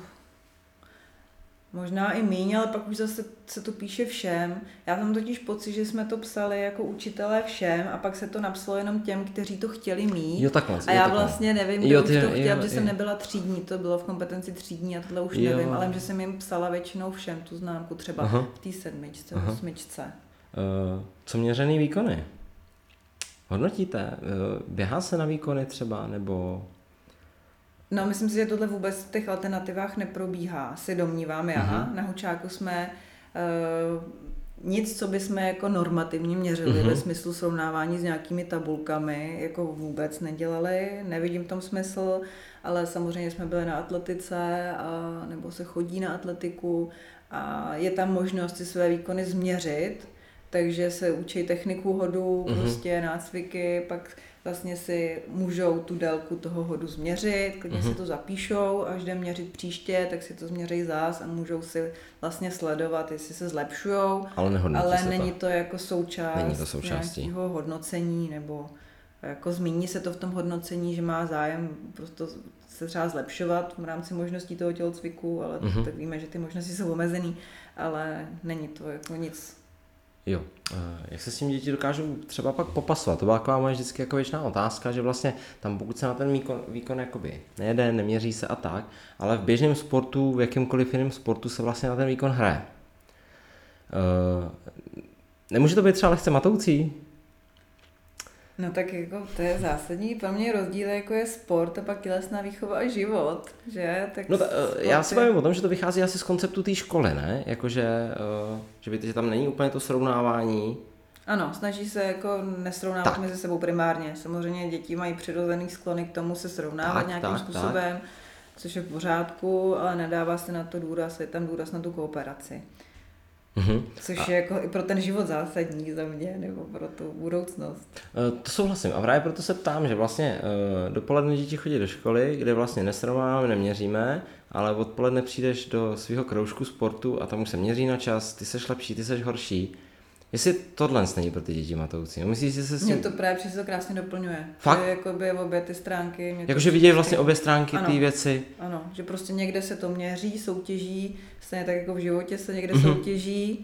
Speaker 2: Možná i míň, ale pak už zase se to píše všem. Já mám totiž pocit, že jsme to psali jako učitelé všem a pak se to napsalo jenom těm, kteří to chtěli mít.
Speaker 1: Jo, takhle,
Speaker 2: a já
Speaker 1: takhle.
Speaker 2: vlastně nevím, kdo jo, už to chtěl, protože jsem nebyla třídní, to bylo v kompetenci třídní a tohle už jo. nevím, ale že jsem jim psala většinou všem tu známku, třeba aha. v té sedmičce, aha. osmičce.
Speaker 1: Uh, co měřený výkony? Hodnotíte? Uh, běhá se na výkony třeba, nebo...
Speaker 2: No, myslím si, že tohle vůbec v těch alternativách neprobíhá, si domnívám já. Uh-huh. Na Hučáku jsme uh, nic, co bychom jako normativně měřili uh-huh. ve smyslu srovnávání s nějakými tabulkami, jako vůbec nedělali, nevidím v tom smysl, ale samozřejmě jsme byli na atletice, a, nebo se chodí na atletiku a je tam možnost si své výkony změřit, takže se učí techniku hodu, uh-huh. prostě nácviky, pak vlastně si můžou tu délku toho hodu změřit, klidně uh-huh. si to zapíšou, až jdem měřit příště, tak si to změří zás a můžou si vlastně sledovat, jestli se zlepšujou,
Speaker 1: ale,
Speaker 2: ale není to jako součást
Speaker 1: není to součástí
Speaker 2: nějakého hodnocení nebo jako zmíní se to v tom hodnocení, že má zájem prostě se třeba zlepšovat v rámci možností toho tělocviku, ale mm-hmm. tak víme, že ty možnosti jsou omezený, ale není to jako nic.
Speaker 1: Jo, jak se s tím děti dokážou třeba pak popasovat? To byla taková moje vždycky jako věčná otázka, že vlastně tam pokud se na ten výkon, výkon jakoby nejede, neměří se a tak, ale v běžném sportu, v jakýmkoliv jiném sportu se vlastně na ten výkon hraje. Nemůže to být třeba lehce matoucí?
Speaker 2: No tak jako to je zásadní, pro mě rozdíl jako je sport a pak tělesná výchova a život, že? Tak
Speaker 1: no ta, já si bavím o tom, že to vychází asi z konceptu té školy, ne? Jakože, že, by, že tam není úplně to srovnávání.
Speaker 2: Ano, snaží se jako nesrovnávat tak. mezi sebou primárně. Samozřejmě děti mají přirozený sklony k tomu se srovnávat tak, nějakým tak, způsobem, tak. což je v pořádku, ale nedává se na to důraz, je tam důraz na tu kooperaci. Mm-hmm. Což a... je jako i pro ten život zásadní za mě, nebo pro tu budoucnost.
Speaker 1: To souhlasím a právě proto se ptám, že vlastně dopoledne děti chodí do školy, kde vlastně nesrovnáváme, neměříme, ale odpoledne přijdeš do svého kroužku sportu a tam už se měří na čas, ty seš lepší, ty seš horší. Jestli tohle není pro ty děti matoucí. Myslíš, že se s tím...
Speaker 2: Mě to právě přesně to krásně doplňuje.
Speaker 1: Fakt?
Speaker 2: Že jakoby obě ty stránky...
Speaker 1: Jakože vidějí vlastně obě stránky ty věci.
Speaker 2: Ano, že prostě někde se to měří, soutěží, stejně tak jako v životě se někde mm-hmm. soutěží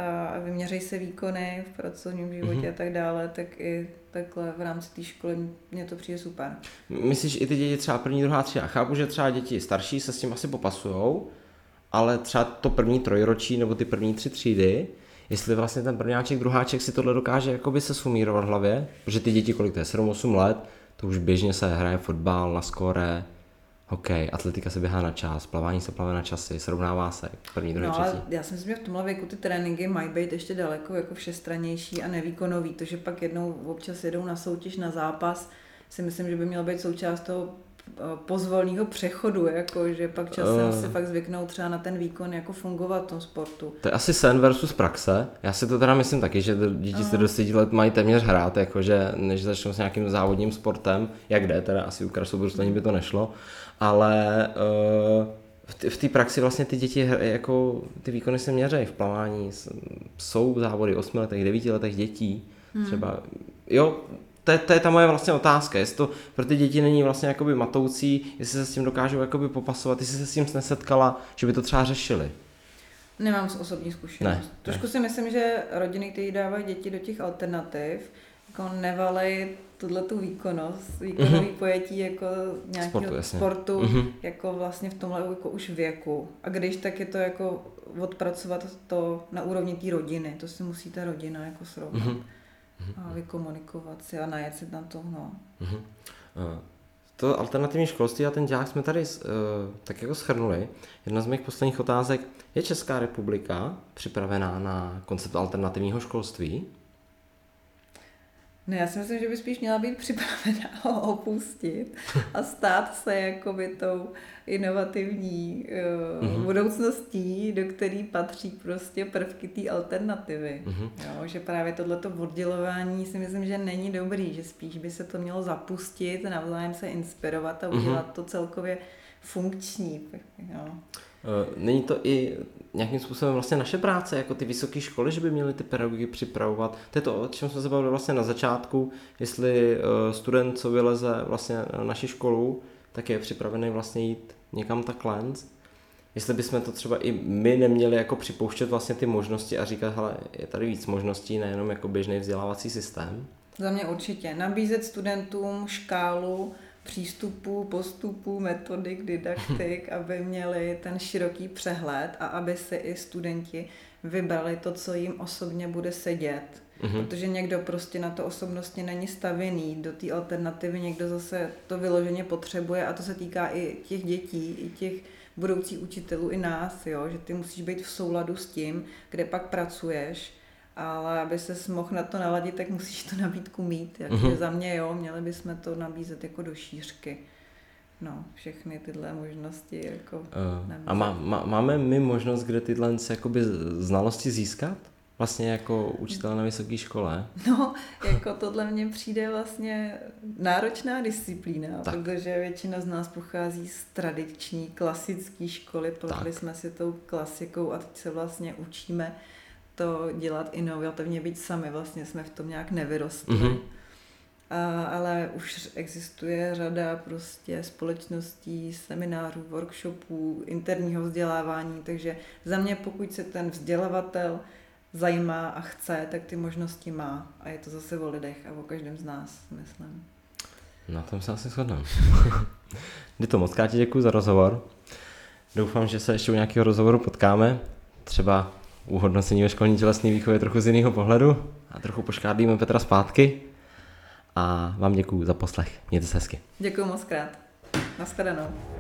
Speaker 2: a vyměřejí se výkony v pracovním životě mm-hmm. a tak dále, tak i takhle v rámci té školy mně to přijde super.
Speaker 1: Myslíš i ty děti třeba první, druhá třída? Chápu, že třeba děti starší se s tím asi popasujou, ale třeba to první trojročí nebo ty první tři třídy, jestli vlastně ten prvňáček, druháček si tohle dokáže jakoby se sumírovat v hlavě, protože ty děti, kolik to je, sedm osm let, to už běžně se hraje fotbal na skóre, hokej, atletika se běhá na čas, plavání se plave na časy, srovnává se první, druhý,
Speaker 2: no,
Speaker 1: třetí.
Speaker 2: Ale já si myslím, že v tomhle věku ty tréninky mají být ještě daleko jako všestrannější a nevýkonový, to, že pak jednou občas jedou na soutěž, na zápas, si myslím, že by mělo být součást toho pozvolného přechodu, jako, že pak časem uh, si fakt zvyknou třeba na ten výkon jako fungovat v tom sportu.
Speaker 1: To je asi sen versus praxe. Já si to teda myslím taky, že děti uh. se do deseti let mají téměř hrát, jakože než začnou s nějakým závodním sportem, jak jde, teda asi u krasobruslení by to nešlo, ale uh, v té praxi vlastně ty děti, jako ty výkony se měřejí v plavání, jsou závody osmi letech, devíti letech dětí, hmm. třeba, jo, To je, to je ta moje vlastně otázka, jestli to pro ty děti není vlastně jakoby matoucí, jestli se s tím dokážou jakoby popasovat, jestli se s tím nesetkala, že by to třeba řešili.
Speaker 2: Nemám osobní zkušenost.
Speaker 1: Ne,
Speaker 2: Trošku
Speaker 1: ne.
Speaker 2: si myslím, že rodiny, které dávají děti do těch alternativ, jako nevalej tuhletu výkonnost, výkonový mm-hmm. pojetí jako nějakého sportu, sportu mm-hmm. jako vlastně v tomhle jako už věku. A když tak je to jako odpracovat to na úrovni té rodiny, to si musí ta rodina jako srovnat. Mm-hmm. a vykomunikovat si a najet si na to. No.
Speaker 1: Uh-huh. To alternativní školství a ten dělák jsme tady uh, tak jako shrnuli. Jedna z mých posledních otázek, je Česká republika připravená na koncept alternativního školství?
Speaker 2: No já si myslím, že by spíš měla být připravená ho opustit a stát se jakoby tou inovativní uh, mm-hmm. budoucností, do který patří prostě prvky té alternativy. Mm-hmm. Jo, že právě tohleto oddělování si myslím, že není dobrý, že spíš by se to mělo zapustit, navzájem se inspirovat a udělat mm-hmm. to celkově funkční. Jo.
Speaker 1: Není to i nějakým způsobem vlastně naše práce, jako ty vysoké školy, že by měly ty pedagogy připravovat? To je to, o čem jsme se bavili vlastně na začátku, jestli student, co vyleze vlastně na naši školu, tak je připravený vlastně jít někam takhle. Jestli bychom to třeba i my neměli jako připouštět vlastně ty možnosti a říkat, hele, je tady víc možností, nejenom jako běžný vzdělávací systém?
Speaker 2: Za mě určitě. Nabízet studentům škálu přístupů, postupů, metodik, didaktik, aby měli ten široký přehled a aby si i studenti vybrali to, co jim osobně bude sedět. Mm-hmm. Protože někdo prostě na to osobnostně není stavěný, do té alternativy někdo zase to vyloženě potřebuje a to se týká i těch dětí, i těch budoucích učitelů, i nás, jo? Že ty musíš být v souladu s tím, kde pak pracuješ, ale aby ses mohl na to naladit, tak musíš tu nabídku mít. Takže mm-hmm. za mě jo, měli bychom to nabízet jako do šířky. No, všechny tyhle možnosti jako uh,
Speaker 1: A má, má, máme my možnost, kde tyhle jakoby znalosti získat? Vlastně jako učitel na vysoké škole?
Speaker 2: No, jako tohle mně přijde vlastně náročná disciplína, tak. Protože většina z nás pochází z tradiční, klasické školy, prošli jsme si tou klasikou a teď se vlastně učíme to dělat inovativně, byť sami vlastně jsme v tom nějak nevyrostli. Mm-hmm. A, ale už existuje řada prostě společností, seminářů, workshopů, interního vzdělávání, takže za mě, pokud se ten vzdělavatel zajímá a chce, tak ty možnosti má. A je to zase o lidech a o každém z nás, myslím.
Speaker 1: Na tom se asi shodneme. Dito, moc krát ti děkuji za rozhovor. Doufám, že se ještě u nějakého rozhovoru potkáme. Třeba u hodnocení ve školní tělesné výchově trochu z jiného pohledu a trochu poškádlíme Petra zpátky. A vám děkuji za poslech. Mějte se hezky.
Speaker 2: Děkuji moc krát. Nashledanou.